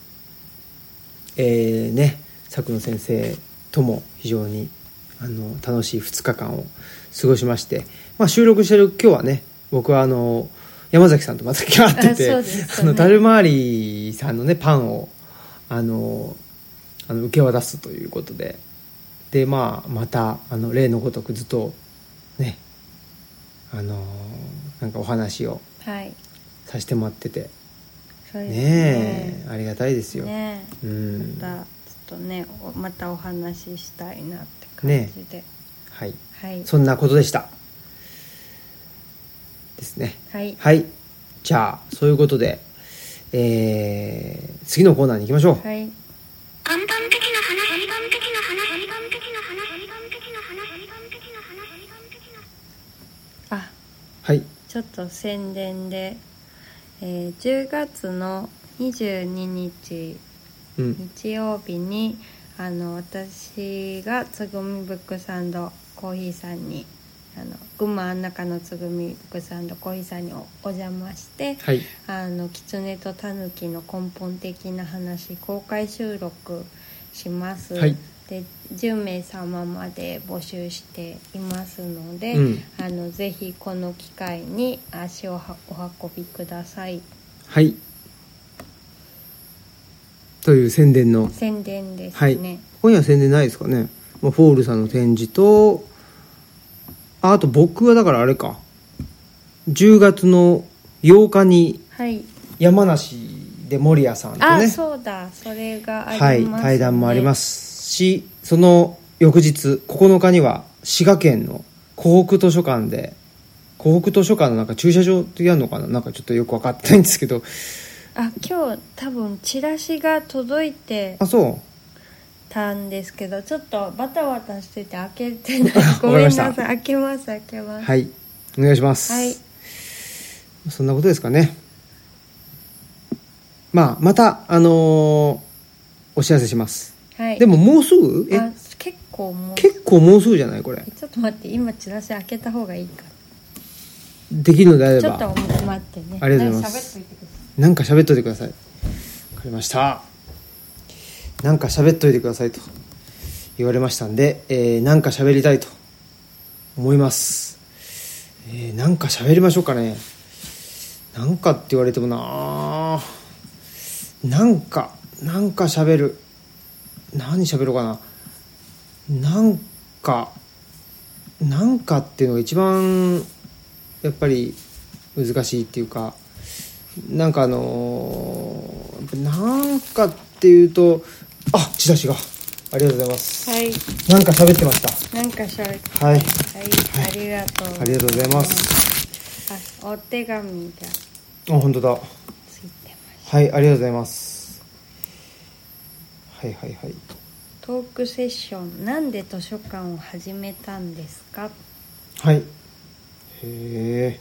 Speaker 1: えーね、佐久野先生とも非常にあの楽しいふつかかんを過ごしまして、まあ、収録してる今日はね、僕はあの山崎さんとまた会ってて、あ、ね、あのダルマーリさんのねパンをあのあの受け渡すということで、で、まあ、またあの例のごとくずっとね、あのなんかお話をさせてもらってて、はい、
Speaker 2: そうですね、
Speaker 1: ねえ、ありがたいですよ、
Speaker 2: ね、うん、またちょっとねまたお話ししたいなって感じで、ね、
Speaker 1: はい、はい、そんなことでしたですね。
Speaker 2: はい、
Speaker 1: はい、じゃあそういうことで、えー、次のコーナーに行きましょう。
Speaker 2: はい、
Speaker 3: 根本的な話、根本的な話、根本的な話、根本的な話、根本的な話、根本的な話、根本的な話。
Speaker 2: あ、
Speaker 1: はい、
Speaker 2: ちょっと宣伝で、えー、じゅうがつのにじゅうににち、うん、日曜日にあの私がつぐみブックサンドコーヒーさんに、あの群馬安中のつぐみブックサンドコーヒーさんに お, お邪魔して、
Speaker 1: はい、
Speaker 2: あの狐とタヌキの根本的な話公開収録します、はい、でじゅうめいさままで募集していますので、うん、あのぜひこの機会に足をお運びください。
Speaker 1: はい、という宣伝の
Speaker 2: 宣伝ですね、
Speaker 1: はい、ここには宣伝ないですかね。フォールさんの展示と、 あ, あと僕はだからあれか、じゅうがつのようかに山梨で守屋さんとね、
Speaker 2: あ、そうだ、それがありますね、
Speaker 1: はい、対談もありますし、その翌日ここのかには滋賀県の湖北図書館で、湖北図書館のなんか駐車場ってやるのかな、なんかちょっとよく分かってないんですけど、
Speaker 2: あ、今日多分チラシが届いてたんですけど、ちょっとバタバタしてて開けてないごめんなさい、開けます開けます、
Speaker 1: はい、お願いします。
Speaker 2: はい、
Speaker 1: そんなことですかね。まあまたあのー、お知らせします、はい、でももうすぐえ
Speaker 2: 結構もう
Speaker 1: 結構もうすぐじゃないこれ。
Speaker 2: ちょっと待って、今チラシ開けた方がいいか。
Speaker 1: できるのであれば
Speaker 2: ちょっと待ってね。
Speaker 1: ありがとうございます。なんか喋っといてください。わかりました。なんか喋っといてくださいと言われましたんで、えー、なんか喋りたいと思います。えー、なんか喋りましょうかね。なんかって言われてもな、なんかなんか喋る、何喋ろうかな。なんかなんかっていうのが一番やっぱり難しいっていうか、なんかあのー、なんかっていうと、あ、チラシがありがとうございます。はい。なんか喋ってました。
Speaker 2: なんか喋って。
Speaker 1: はい。はい。
Speaker 2: ありがとう。
Speaker 1: ありがとうございます。
Speaker 2: あ、お手紙が。
Speaker 1: あ、本当だ。ついてました。はい、ありがとうございます。はいはいはい。
Speaker 2: トークセッション、なんで図書館を始めたんですか。
Speaker 1: はい。へえ。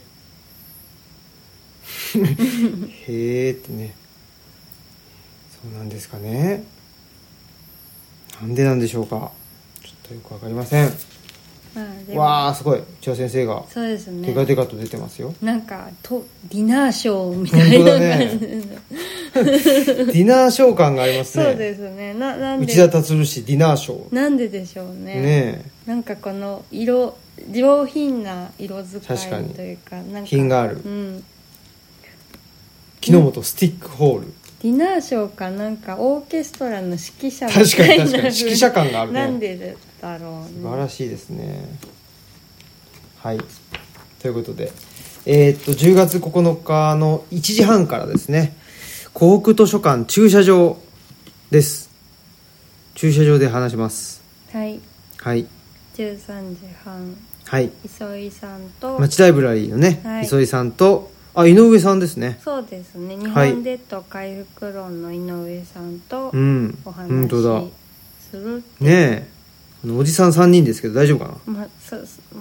Speaker 1: へえってね。そうなんですかね。なんでなんでしょうか。ちょっとよくわかりません。まあ、でもわあ、すごい。千葉先生が
Speaker 2: そうですね。
Speaker 1: テカテカと出てますよ。
Speaker 2: なんかとディナーショーみたいな。本当だね。
Speaker 1: ディナーショー感がありますね。
Speaker 2: そうですね。ななんで
Speaker 1: 内田達氏ディナーショー。
Speaker 2: なんででしょうね。ね。なんかこの色上品な色使いというか、なんか
Speaker 1: 品がある。うん。木の本スティックホール。
Speaker 2: ディナーショーかなんかオーケストラの指揮者みたいな。
Speaker 1: 確かに確かに指揮者感があるね。
Speaker 2: なんでだろうね。
Speaker 1: 素晴らしいですね。はい。ということで、えー、っとじゅうがつここのかのいちじはんからですね、港北図書館駐車場です。駐車場で話します。
Speaker 2: はい。
Speaker 1: はい。
Speaker 2: じゅうさんじはん。
Speaker 1: はい。
Speaker 2: 磯井さんと
Speaker 1: 町ライブラリーのね、はい、磯井さんと。あ、井上さんですね。
Speaker 2: そうですね。日本列島回復論の井上さんとお話しするっていう、うん、
Speaker 1: ねえ、おじさんさんにんですけど大丈夫かな。
Speaker 2: まあ、そう、うん、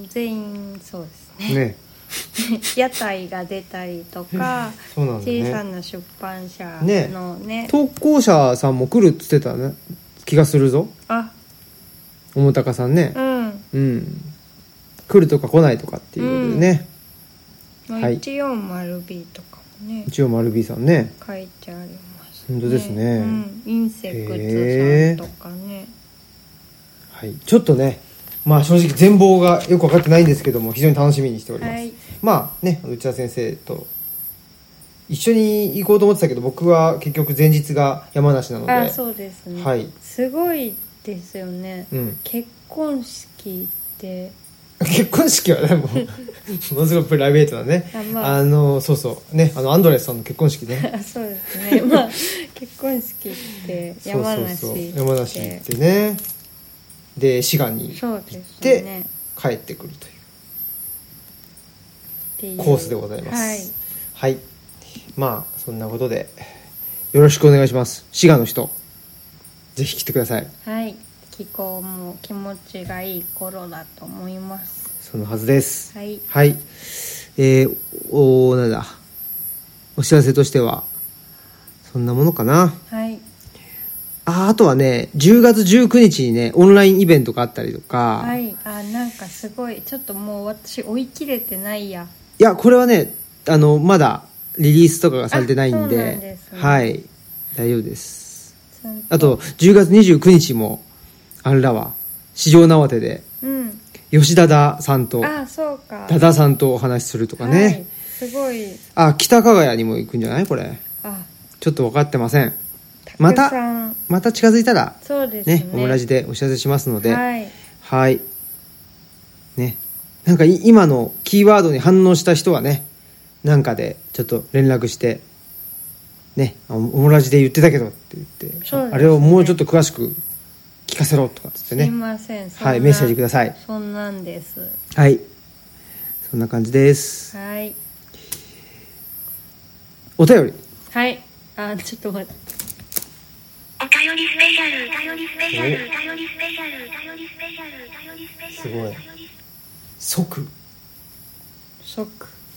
Speaker 2: 全員そうですね。ね屋台が出たりとか、そうなんだね、小さな出版社の ね, ね
Speaker 1: 投稿者さんも来るっつってたね気がするぞ。あ、桃高さんね。うん、うん、来るとか来ないとかっていうことでね、
Speaker 2: うん、はい、いちよんまるビー とかもね
Speaker 1: いちよんまるビー さんね
Speaker 2: 書いてありますね。
Speaker 1: 本当ですね、うん、
Speaker 2: インセクツさんとかね。
Speaker 1: はい、ちょっとね、まあ正直全貌がよく分かってないんですけども非常に楽しみにしております、はい、まあね、内田先生と一緒に行こうと思ってたけど僕は結局前日が山梨なので。
Speaker 2: あ、そうですね、はい、すごいですよね、うん、結婚式って
Speaker 1: 結婚式はねもうものすごいプライベートなね、あ、まあ、あのそうそうね、あのアンドレスさんの結婚式ね
Speaker 2: そうですね、まあ結婚式って山梨
Speaker 1: そうそうそう山梨行ってね、で滋賀に行って帰ってくるというコースでございます。はい、はい、まあそんなことでよろしくお願いします。滋賀の人ぜひ来てください。
Speaker 2: はい、気候も気持ちがいい頃だと思います。
Speaker 1: そのはずです。はい、はい、えー、おなんだお知らせとしてはそんなものかな。はい。あ, あとはねじゅうがつじゅうくにちにねオンラインイベントがあったりとか。
Speaker 2: はい。あ、なんかすごいちょっともう私追い切れてないや。
Speaker 1: いやこれはねあのまだリリースとかがされてないん で, そうなんです、ね、はい大丈夫です。あとじゅうがつにじゅうくにちもあんらは四条縄手で、うん、吉田田さんと
Speaker 2: あそうか
Speaker 1: 多田さんとお話しするとかね、はい、
Speaker 2: すごい。
Speaker 1: あ北加賀谷にも行くんじゃないこれ。あちょっと分かってません。またまた近づいたら
Speaker 2: そうですね、
Speaker 1: ねオムラジでお知らせしますので、はい、はい、ね、なんか今のキーワードに反応した人はねなんかでちょっと連絡してねオムラジで言ってたけどって言って、ね、あれをもうちょっと詳しく聞かせろとかっつってね。
Speaker 2: すいません、
Speaker 1: はい、メッセージください。
Speaker 2: そんなんです。
Speaker 1: はい、そんな感じです。
Speaker 2: はい。
Speaker 1: お便り。
Speaker 2: はい。あ、ちょっと待って。
Speaker 3: お便りスペシャル、お便りスペシャル、お便りスペシャル、お便りスペシャル、お便りスペシャル。
Speaker 1: すごい。即。
Speaker 2: 即。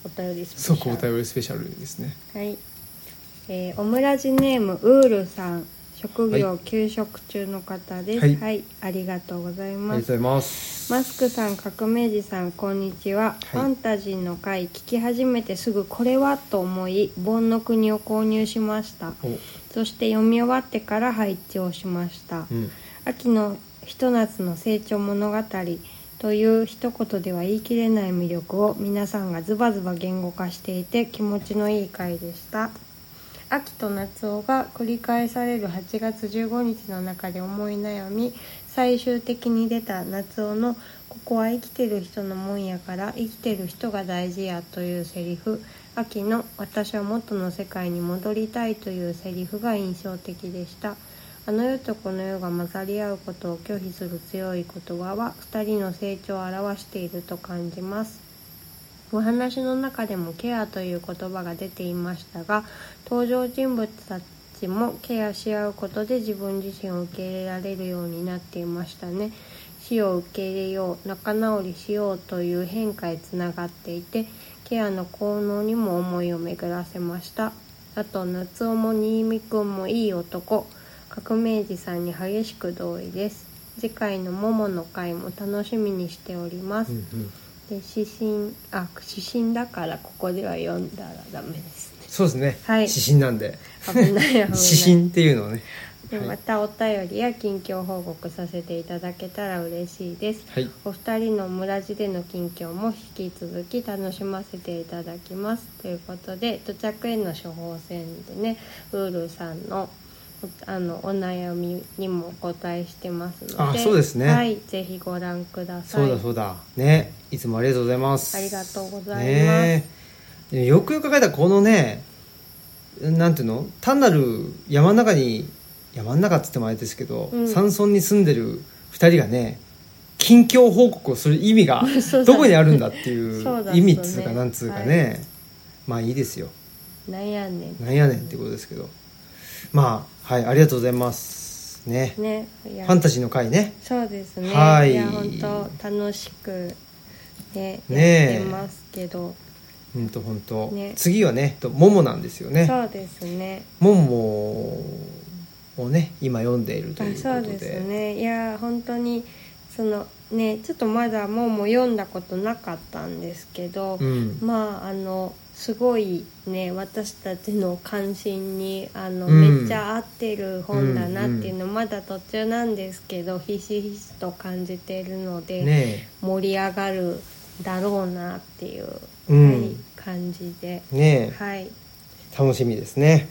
Speaker 2: お便りスペシャル。
Speaker 1: 即お便りスペシャルですね。
Speaker 2: はい、えー、オムラジネームウールさん、職業休職中の方です。はい、はい、ありがとうございます。
Speaker 1: ありがとうございます。
Speaker 2: マスクさん、革命児さん、こんにちは。はい、ファンタジーの回聞き始めてすぐこれはと思い盆の国を購入しました。そして読み終わってから配置をしました。うん、秋のひと夏の成長物語という一言では言い切れない魅力を皆さんがズバズバ言語化していて気持ちのいい回でした。秋と夏男が繰り返されるはちがつじゅうごにちの中で思い悩み、最終的に出た夏男のここは生きてる人のもんやから生きてる人が大事やというセリフ、秋の私は元の世界に戻りたいというセリフが印象的でした。あの世とこの世が混ざり合うことを拒否する強い言葉はふたりの成長を表していると感じます。お話の中でもケアという言葉が出ていましたが、登場人物たちもケアし合うことで自分自身を受け入れられるようになっていましたね。死を受け入れよう、仲直りしようという変化へつながっていて、ケアの効能にも思いを巡らせました。あと夏男も新見くんもいい男、革命児さんに激しく同意です。次回のモモの回も楽しみにしております。うんうん、で指針あ指針だからここでは読んだらダメですね。
Speaker 1: そうですね、
Speaker 2: はい、
Speaker 1: 指針なんで
Speaker 2: 危ない危ない
Speaker 1: 指針っていうのをね、
Speaker 2: でまたお便りや近況報告させていただけたら嬉しいです。はい、お二人の村地での近況も引き続き楽しませていただきますということで、土着への処方箋でね、ウールさんのあのお悩みにもお答えしてますので、
Speaker 1: あ、そうですね、
Speaker 2: はい、ぜひご覧ください。
Speaker 1: そうだそうだね、いつもありがとうございます。
Speaker 2: ありがとうございます、ね、
Speaker 1: よくよく考えたらこのね、なんていうの、単なる山の中に、山の中って言ってもあれですけど、うん、山村に住んでるふたりがね、近況報告をする意味がどこにあるんだっていう意味っつうかなんつうかね、はい、まあいいですよ、
Speaker 2: なんやねん
Speaker 1: なんやねんってことですけど、まあはい、ありがとうございますね。ね、ファンタジーの回ね。
Speaker 2: そうですね。
Speaker 1: はい。
Speaker 2: いや本当楽しくね、ねやってますけど。
Speaker 1: 本当本当。次はね、とモモなんですよね。
Speaker 2: そうですね。
Speaker 1: モモをね今読んでいるということで。
Speaker 2: そうですね。いや本当にそのね、ちょっとまだモモ読んだことなかったんですけど、うん、まああの。すごいね、私たちの関心にあの、うん、めっちゃ合ってる本だなっていうの、うんうん、まだ途中なんですけどひしひしと感じているので、ね、盛り上がるだろうなっていう、うん、はい、感じで、
Speaker 1: ね、
Speaker 2: はい、
Speaker 1: 楽しみですね。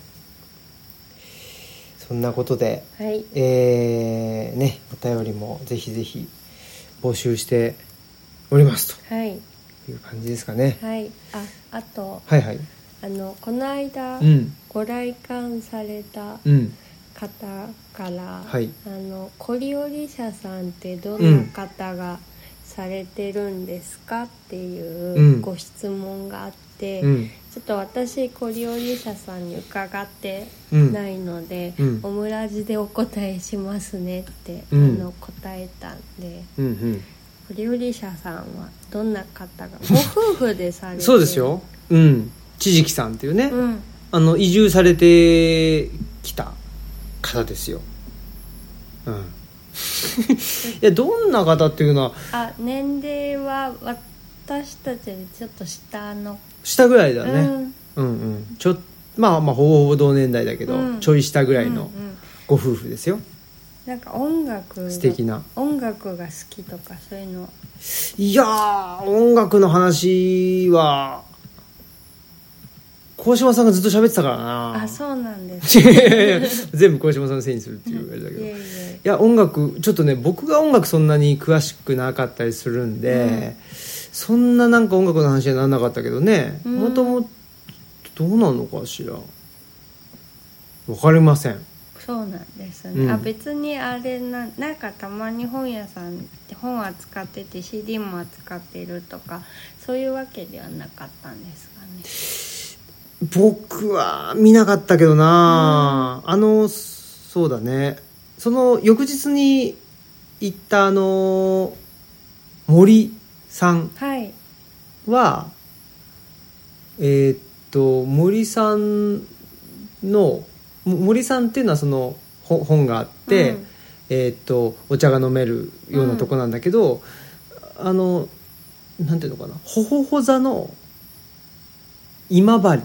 Speaker 1: そんなことで、はい、えーね、お便りもぜひぜひ募集しておりますと、はいいう感じですかね。
Speaker 2: はい。あ、あと、
Speaker 1: はいはい。
Speaker 2: あのこの間、うん、ご来館された方から、うんはい、あのコリオリ社さんってどんな方がされてるんですかっていうご質問があって、うん、ちょっと私コリオリ社さんに伺ってないので、うん、オムラジでお答えしますねって、うん、あの答えたんで。うんうんコリオリ社さんはどんな方がご夫婦でされて
Speaker 1: そうですよ、うん、千々木さんっていうね、うん、あの移住されてきた方ですよ、うん、いやどんな方っていうのは
Speaker 2: あ年齢は私たちよりちょっと下の
Speaker 1: 下ぐらいだね、うん、うんうんちょまあまあほぼほぼ同年代だけど、うん、ちょい下ぐらいのご夫婦ですよ。
Speaker 2: なんか音楽
Speaker 1: 素敵な
Speaker 2: 音楽が好きとかそういうの。
Speaker 1: いやー音楽の話は鴻島さんがずっと喋ってたからな。
Speaker 2: あ、そうなんです、ね、
Speaker 1: 全部鴻島さんのせいにするっていうあれだけどいやいやいや音楽ちょっとね僕が音楽そんなに詳しくなかったりするんで、うん、そんななんか音楽の話にはならなかったけどね、もともとどうなのかしらわかりません。
Speaker 2: そうなんですね、うん、あ別にあれな、なんかたまに本屋さんって本扱ってて シーディー も扱ってるとかそういうわけではなかったんですかね。
Speaker 1: 僕は見なかったけどな、うん、あのそうだねその翌日に行ったあの森さんは、はい、 えー、っと森さんの森さんっていうのはその本があって、うん、えー、っとお茶が飲めるようなとこなんだけど、うん、あのなんていうのかな、ほほほ座の今治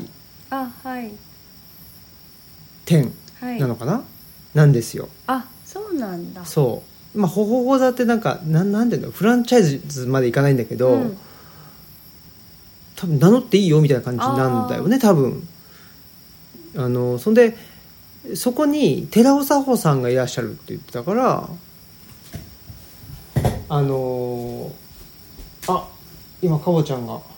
Speaker 1: 店なのかな、はい、なんですよ。
Speaker 2: あ、そうなんだ。
Speaker 1: そう、まあ、ほほほ座ってなんか な, なんていうのフランチャイズまでいかないんだけど、うん、多分名乗っていいよみたいな感じなんだよね多分。あのそんでそこに寺尾佐穂さんがいらっしゃるって言ってたから、あのー、あ今かぼちゃんが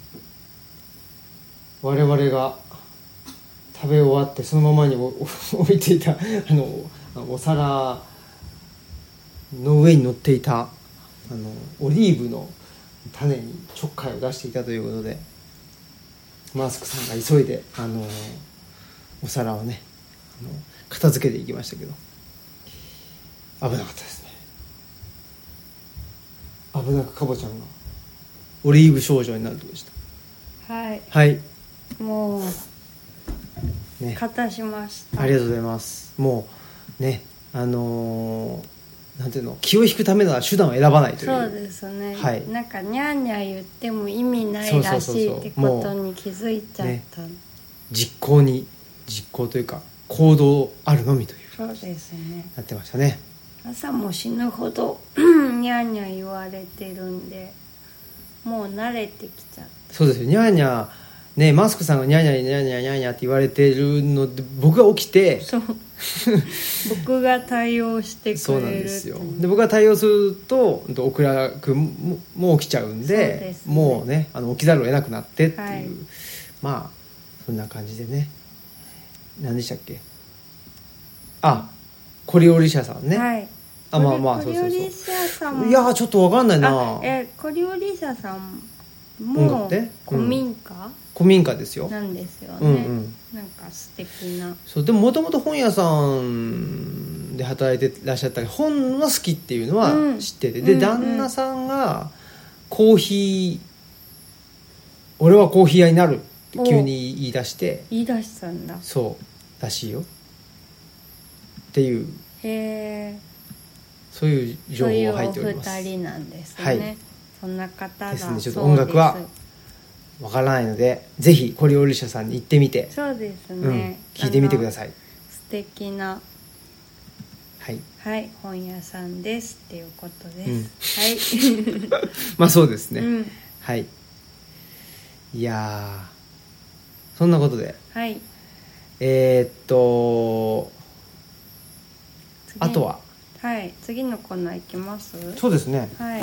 Speaker 1: 我々が食べ終わってそのままに置いていたあのお皿の上に乗っていたあのオリーブの種にちょっかいを出していたということで、マスクさんが急いであのお皿をねあの片付けていきましたけど、危なかったですね。危なくかぼちゃんがオリーブ少女になるところでした。
Speaker 2: はい
Speaker 1: はい、
Speaker 2: もうね、片しました。
Speaker 1: ありがとうございます。もうね、あのー、なんていうの、気を引くための手段を選ばないという。
Speaker 2: そうですね、はい、なんかニャーニャー言っても意味ないらしいってことに気づいちゃった、ね、
Speaker 1: 実行に実行というか行動あるのみという、
Speaker 2: そうですね、
Speaker 1: なってましたね。
Speaker 2: 朝も死ぬほどニャーニャー言われてるんでもう慣れてきちゃった。
Speaker 1: そうですよ、ニャーニャーね、マスクさんがニャーニャーニャーニャーニャーニャーって言われてるので僕が起きて、
Speaker 2: そう僕が対応してくれる。
Speaker 1: そうなんですよ。で僕が対応するとオクラ君も起きちゃうん で, で、ね、もうねあの起きざるを得なくなってっていう、はい、まあそんな感じでね。何でしたっけ、あ小料理社さんね、
Speaker 2: はい、
Speaker 1: あまあまあそうそうそう、
Speaker 2: 小料理社さんも、
Speaker 1: いやちょっと分かんないな。
Speaker 2: え小料理社さんも古民家、うん、
Speaker 1: 古民家ですよ。
Speaker 2: なんですよね、
Speaker 1: うんうん、
Speaker 2: なんか素敵な。
Speaker 1: そうでももともと本屋さんで働いてらっしゃったり本は好きっていうのは知ってて、うん、で、うんうん、旦那さんがコーヒー俺はコーヒー屋になるって急に言い出して
Speaker 2: 言い出したんだ。
Speaker 1: そうらしいよっていう、
Speaker 2: へー、
Speaker 1: そういう情報が入っております。
Speaker 2: そういうお二人なんですね、はい、そんな方だ
Speaker 1: ですね。ちょっと音楽はわからないのでぜひ小料理社さんに行ってみて、
Speaker 2: そうですね、うん、
Speaker 1: 聞いてみてください。
Speaker 2: 素敵な、
Speaker 1: はい、
Speaker 2: はい、本屋さんですっていうことです、うん、
Speaker 1: はいまあそうですね、うん、はい。いやそんなことで、
Speaker 2: はい、
Speaker 1: えー、っとあとは、
Speaker 2: はい、次のコーナーいきます。
Speaker 1: そうですね、
Speaker 2: はい。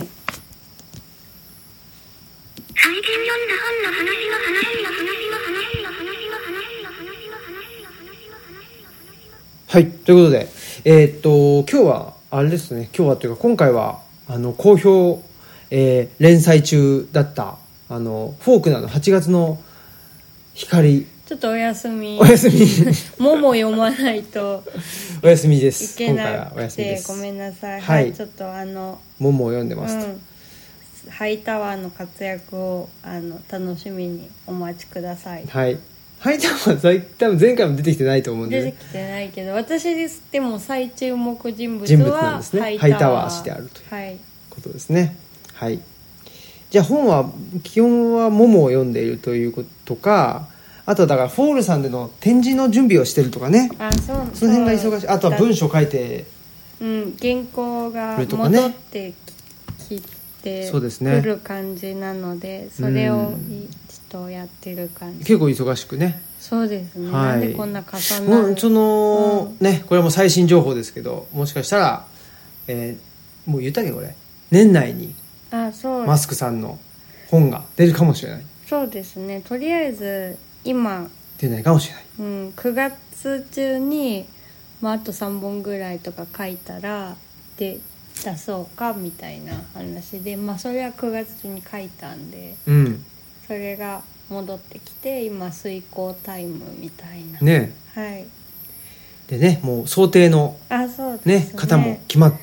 Speaker 3: 最近読んだ本の話の話の話の話の話の話の話の話の話の話の話。
Speaker 1: はい、ということで、えー、っと今日はあれですね、今日はというか今回はあの好評、えー、連載中だったあのフォークナーのはちがつの光、
Speaker 2: ちょっとお休み
Speaker 1: お休み
Speaker 2: もも読まないと
Speaker 1: お休みです。
Speaker 2: いけなくて、
Speaker 1: 今回はお休みです。
Speaker 2: ごめんなさい、
Speaker 1: はい、
Speaker 2: はい、ちょっとあの
Speaker 1: ももを読んでますと、
Speaker 2: うん、ハイタワーの活躍をあの楽しみにお待ちください。
Speaker 1: はい、ハイタワー多分前回も出てきてないと思うんで、
Speaker 2: 出てきてないけど私でも最注目人物は
Speaker 1: 人物なんですね。ハイタワー、ハイタワーしてあるということですね。はい、じゃあ本は基本はももを読んでいるということか、あとはだからフォールさんでの展示の準備をしてるとかね。
Speaker 2: あ、そう、
Speaker 1: その辺が忙しい。あとは文章書いて、
Speaker 2: うん、原稿が戻ってきてくる感じなので、それをちょっとやってる感じ。
Speaker 1: 結構忙しくね。
Speaker 2: そうですね、はい、なんでこんな重なる、
Speaker 1: もうその、うん、ね、これはもう最新情報ですけど、もしかしたら、えー、もう言ったっけこれ年内に
Speaker 2: あ、そう、
Speaker 1: マスクさんの本が出るかもしれない。
Speaker 2: そうですね、とりあえず今
Speaker 1: 出ないかもしれない、
Speaker 2: うん、くがつ中に、まあ、あとさんぼんぐらいとか書いたらで出そうかみたいな話で、まあ、それはくがつ中に書いたんで、
Speaker 1: うん、
Speaker 2: それが戻ってきて今遂行タイムみたいな
Speaker 1: ね。
Speaker 2: はい、
Speaker 1: でね、もう想定の、
Speaker 2: あ、そうですね、
Speaker 1: ね、方も決まって、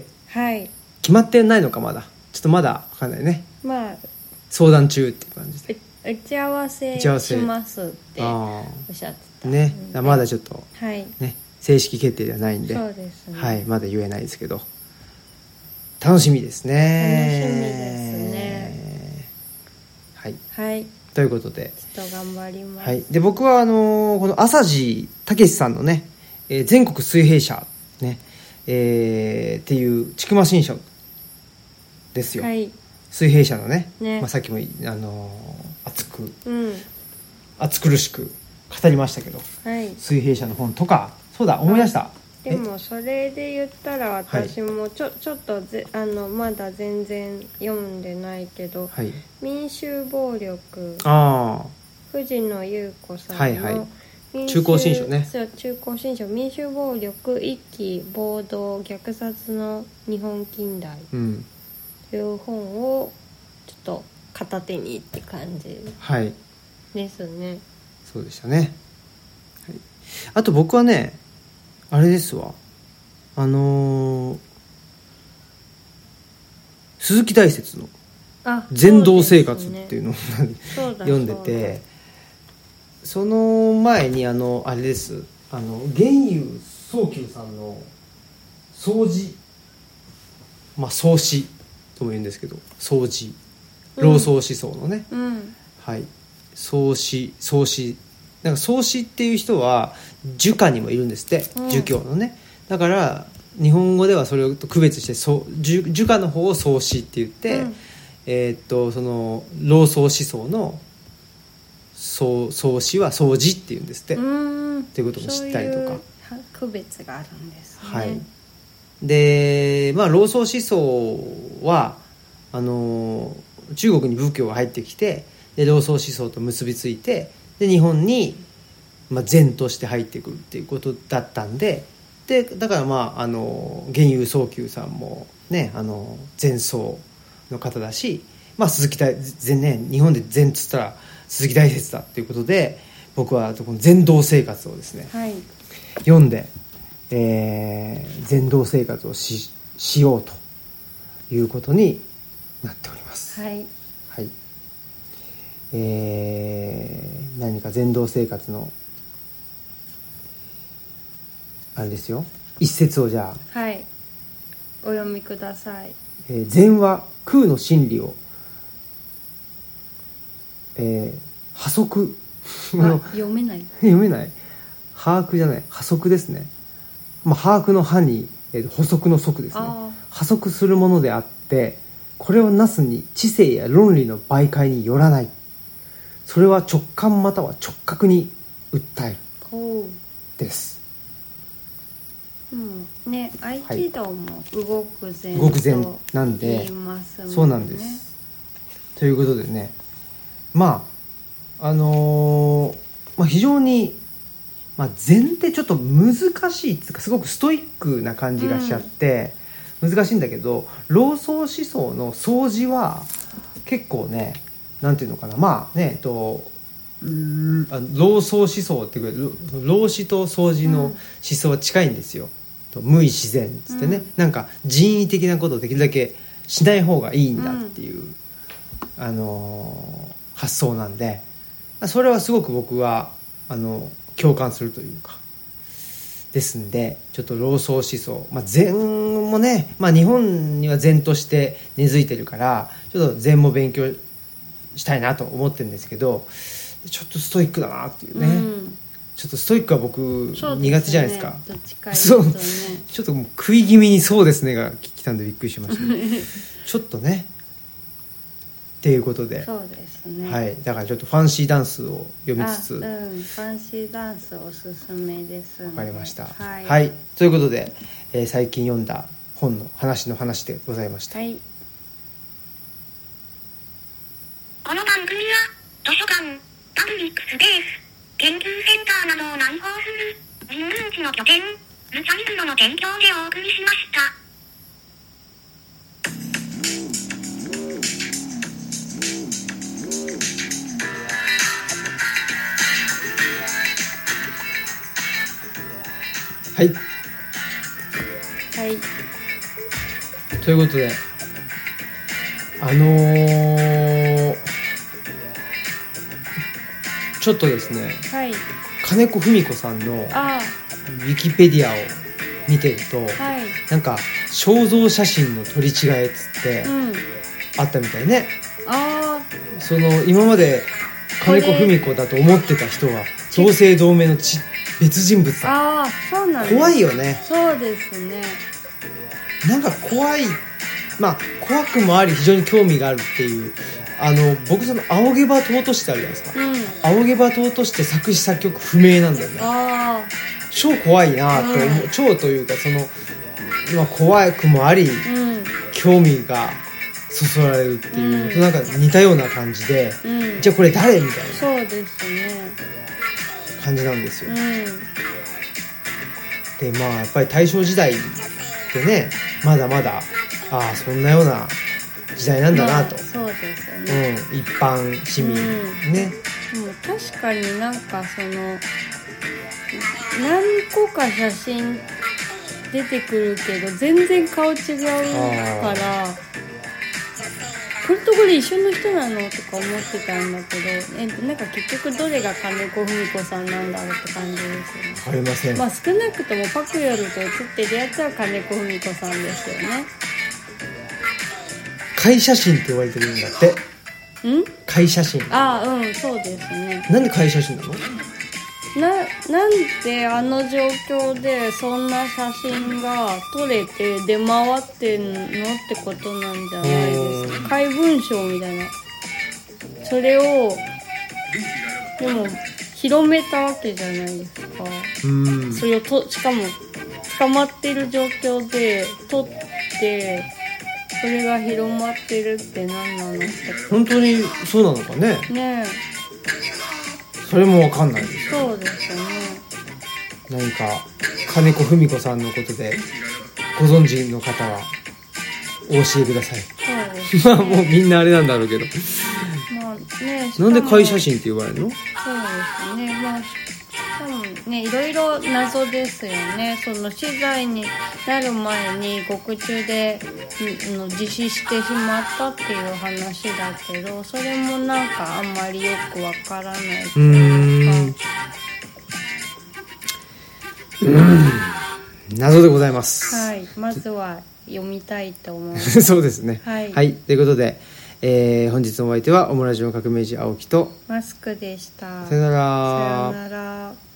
Speaker 2: はい、
Speaker 1: 決まってないのかまだちょっとまだ分かんないね。
Speaker 2: まあ
Speaker 1: 相談中っていう感じで、
Speaker 2: 打ち合わせしますっておっしゃってた
Speaker 1: ね。まだちょっと、
Speaker 2: はい
Speaker 1: ね、正式決定ではないんで、
Speaker 2: そうですね、
Speaker 1: はい、まだ言えないですけど楽しみですね。
Speaker 2: 楽しみですね。
Speaker 1: はい、
Speaker 2: はい、
Speaker 1: ということで
Speaker 2: ちょっと頑張ります。
Speaker 1: はい、で僕はあのー、この朝地武さんのね、えー、全国水平社ね、えー、っていう千曲新書ですよ、
Speaker 2: はい、
Speaker 1: 水平社の ね,
Speaker 2: ね、
Speaker 1: まあ、さっきも、あのー、熱く、
Speaker 2: うん、
Speaker 1: 熱苦しく語りましたけど、
Speaker 2: はい、
Speaker 1: 水平社の本とか、そうだ思い出した。
Speaker 2: でもそれで言ったら私もちょ、はい、ちょっとぜあのまだ全然読んでないけど、
Speaker 1: はい、
Speaker 2: 民衆暴力、
Speaker 1: あ
Speaker 2: 藤野優子さんの、
Speaker 1: はいはい、中高新書ね。
Speaker 2: そう、中高新書、民衆暴力、一揆、暴動、虐殺の日本近代という本をちょっと片手にって感じですね。はい、
Speaker 1: そうでしたね。はい、あと僕はね、あれですわ、あのー、鈴木大拙の全道生活っていうのを、ね、読んでて、その前にあのあれです、あの玄遊宗久さんの掃除、まあ創始とも言うんですけど、掃除老荘思想のね、
Speaker 2: うん、
Speaker 1: はい、創始創始なんか創始っていう人は儒家にもいるんですって、うん、儒教のね。だから日本語ではそれを区別してそ 儒, 儒家の方を創始って言って、うん、えー、っとその老荘思想の創始は掃除っていうんですって、
Speaker 2: うん
Speaker 1: っていうことも知ったりとか、そういう
Speaker 2: 区別があるんですね。
Speaker 1: はい、で、まあ、老荘思想はあの中国に仏教が入ってきて、で老荘思想と結びついて、で日本に、まあ、禅として入ってくるっていうことだったんで、でだからまああの玄遊宗久さんもね、あの禅僧の方だし、まあ、鈴木大禅ね、日本で禅っつったら鈴木大拙だっていうことで、僕はこの禅道生活をですね、
Speaker 2: はい、
Speaker 1: 読んで、えー、禅道生活を し, しようということになっております。
Speaker 2: はい、
Speaker 1: はい、えー、何か禅道生活のあれですよ、一節をじゃ
Speaker 2: あ、はい、お読みください。
Speaker 1: えー、禅は空の真理を、えー、破則
Speaker 2: 読めない
Speaker 1: 読めない把握じゃない破則ですね、まあ、把握の歯に、えー、補足の足ですね。破則するものであって、これをなすに知性や論理の媒介によらない。それは直感または直角に訴えるです、
Speaker 2: うんね、合気道も動く禅
Speaker 1: 動く禅なんで、
Speaker 2: 言いますもんね。
Speaker 1: そうなんです。ということでね、まああのーまあ、非常に、まあ、禅ってちょっと難しいっていうか、すごくストイックな感じがしちゃって、うん、難しいんだけど、老荘思想の掃除は結構ね、なんていうのかな、まあね、えっと老荘思想っていうか、老子と掃除の思想は近いんですよ、うん、無為自然っつってね、うん、なんか人為的なことをできるだけしない方がいいんだっていう、うん、あのー、発想なんで、それはすごく僕はあの共感するというかですんで、ちょっと老荘思想、まあ、禅もね、まあ、日本には禅として根付いてるから、ちょっと禅も勉強したいなと思ってるんですけど、ちょっとストイックだなっていうね、うん、ちょっとストイックは僕、ね、苦手じゃないですか。
Speaker 2: どっちかいうとね、
Speaker 1: ちょっともう食い気味にそうですねが来たんでびっくりしました、ね、ちょっとねっていうことで、
Speaker 2: そうですね、
Speaker 1: はい、だからちょっとファンシーダンスを読みつつ、
Speaker 2: うん、ファンシーダンスおすすめですね。
Speaker 1: わかりました、
Speaker 2: はい、
Speaker 1: はい、ということで、えー、最近読んだ本の話の話でございました。
Speaker 2: はい、
Speaker 3: この番組は図書館、パブリックスペース、研究センターなどを内包する人文地の拠点、ルチャリブロの提供でお送りしました。
Speaker 1: はい、
Speaker 2: はい、
Speaker 1: ということで、あのー、 ちょっとですね、
Speaker 2: はい、
Speaker 1: 金子文子さんのウ
Speaker 2: あ
Speaker 1: ィキペディアを見てると、
Speaker 2: はい、
Speaker 1: なんか肖像写真の取り違えっつってあったみたいね、
Speaker 2: うん、あ
Speaker 1: その今まで金子文子だと思ってた人は同姓同名のち別人物だ。
Speaker 2: あそうなんです。
Speaker 1: 怖いよね。
Speaker 2: そうですね。
Speaker 1: なんか怖い、まあ怖くもあり非常に興味があるっていう、あの僕その仰げば尊しってあるじゃないですか、うん、仰げば尊しって作詞作曲不明なんだよね。
Speaker 2: あ
Speaker 1: 超怖いなと思う、うん、超というかその、まあ、怖くもあり、うん、興味がそそられるっていう、うん、なんか似たような感じで、うん、じゃあこれ誰みたいな
Speaker 2: そうですね
Speaker 1: 感じなんですよ、
Speaker 2: うん、
Speaker 1: でまあやっぱり大正時代ってねまだまだああそんなような時代なんだなと、
Speaker 2: まあ、そうですよね、
Speaker 1: うん、一般市民、うん、ね。
Speaker 2: でも確かになんかその何個か写真出てくるけど全然顔違うからこれとこれ一緒の人なのとか思ってたんだけど、えなんか結局どれが金子文子さんなんだろうって感じですよね。
Speaker 1: ありません。
Speaker 2: まあ少なくともパクヨルと写ってるやつは金子文子さんですよね。
Speaker 1: 怪写真って言われてるんだって。
Speaker 2: ん？
Speaker 1: 怪写真。
Speaker 2: ああうんそうですね。
Speaker 1: なんで怪写真なの？
Speaker 2: な, なんであの状況でそんな写真が撮れて出回ってんのってことなんじゃないですか。怪文書みたいなそれをでも広めたわけじゃないですか。
Speaker 1: うん
Speaker 2: それをとしかも捕まってる状況で撮ってそれが広まってるって何なのって
Speaker 1: 本当にそうなのかね。
Speaker 2: ねえ
Speaker 1: それもわかんないです。
Speaker 2: そうですね。
Speaker 1: 何か金子文子さんのことでご存知の方はお教えください。
Speaker 2: そうです、ね、
Speaker 1: まあもうみんなあれなんだろうけど、
Speaker 2: まあね、
Speaker 1: なんで怪写真って呼ばれるの？
Speaker 2: そうですね。まあ多分ねいろいろ謎ですよね。その死罪になる前に獄中での自死してしまったっていう話だけどそれもなんかあんまりよくわからないというか
Speaker 1: うーん謎でございます。
Speaker 2: はい、まずは読みたいと思います
Speaker 1: そうですね、
Speaker 2: はい、
Speaker 1: はい、ということで、えー、本日のお相手はオムラジオ革命児青木と
Speaker 2: マスクでした。
Speaker 1: さよなら。
Speaker 2: さよなら。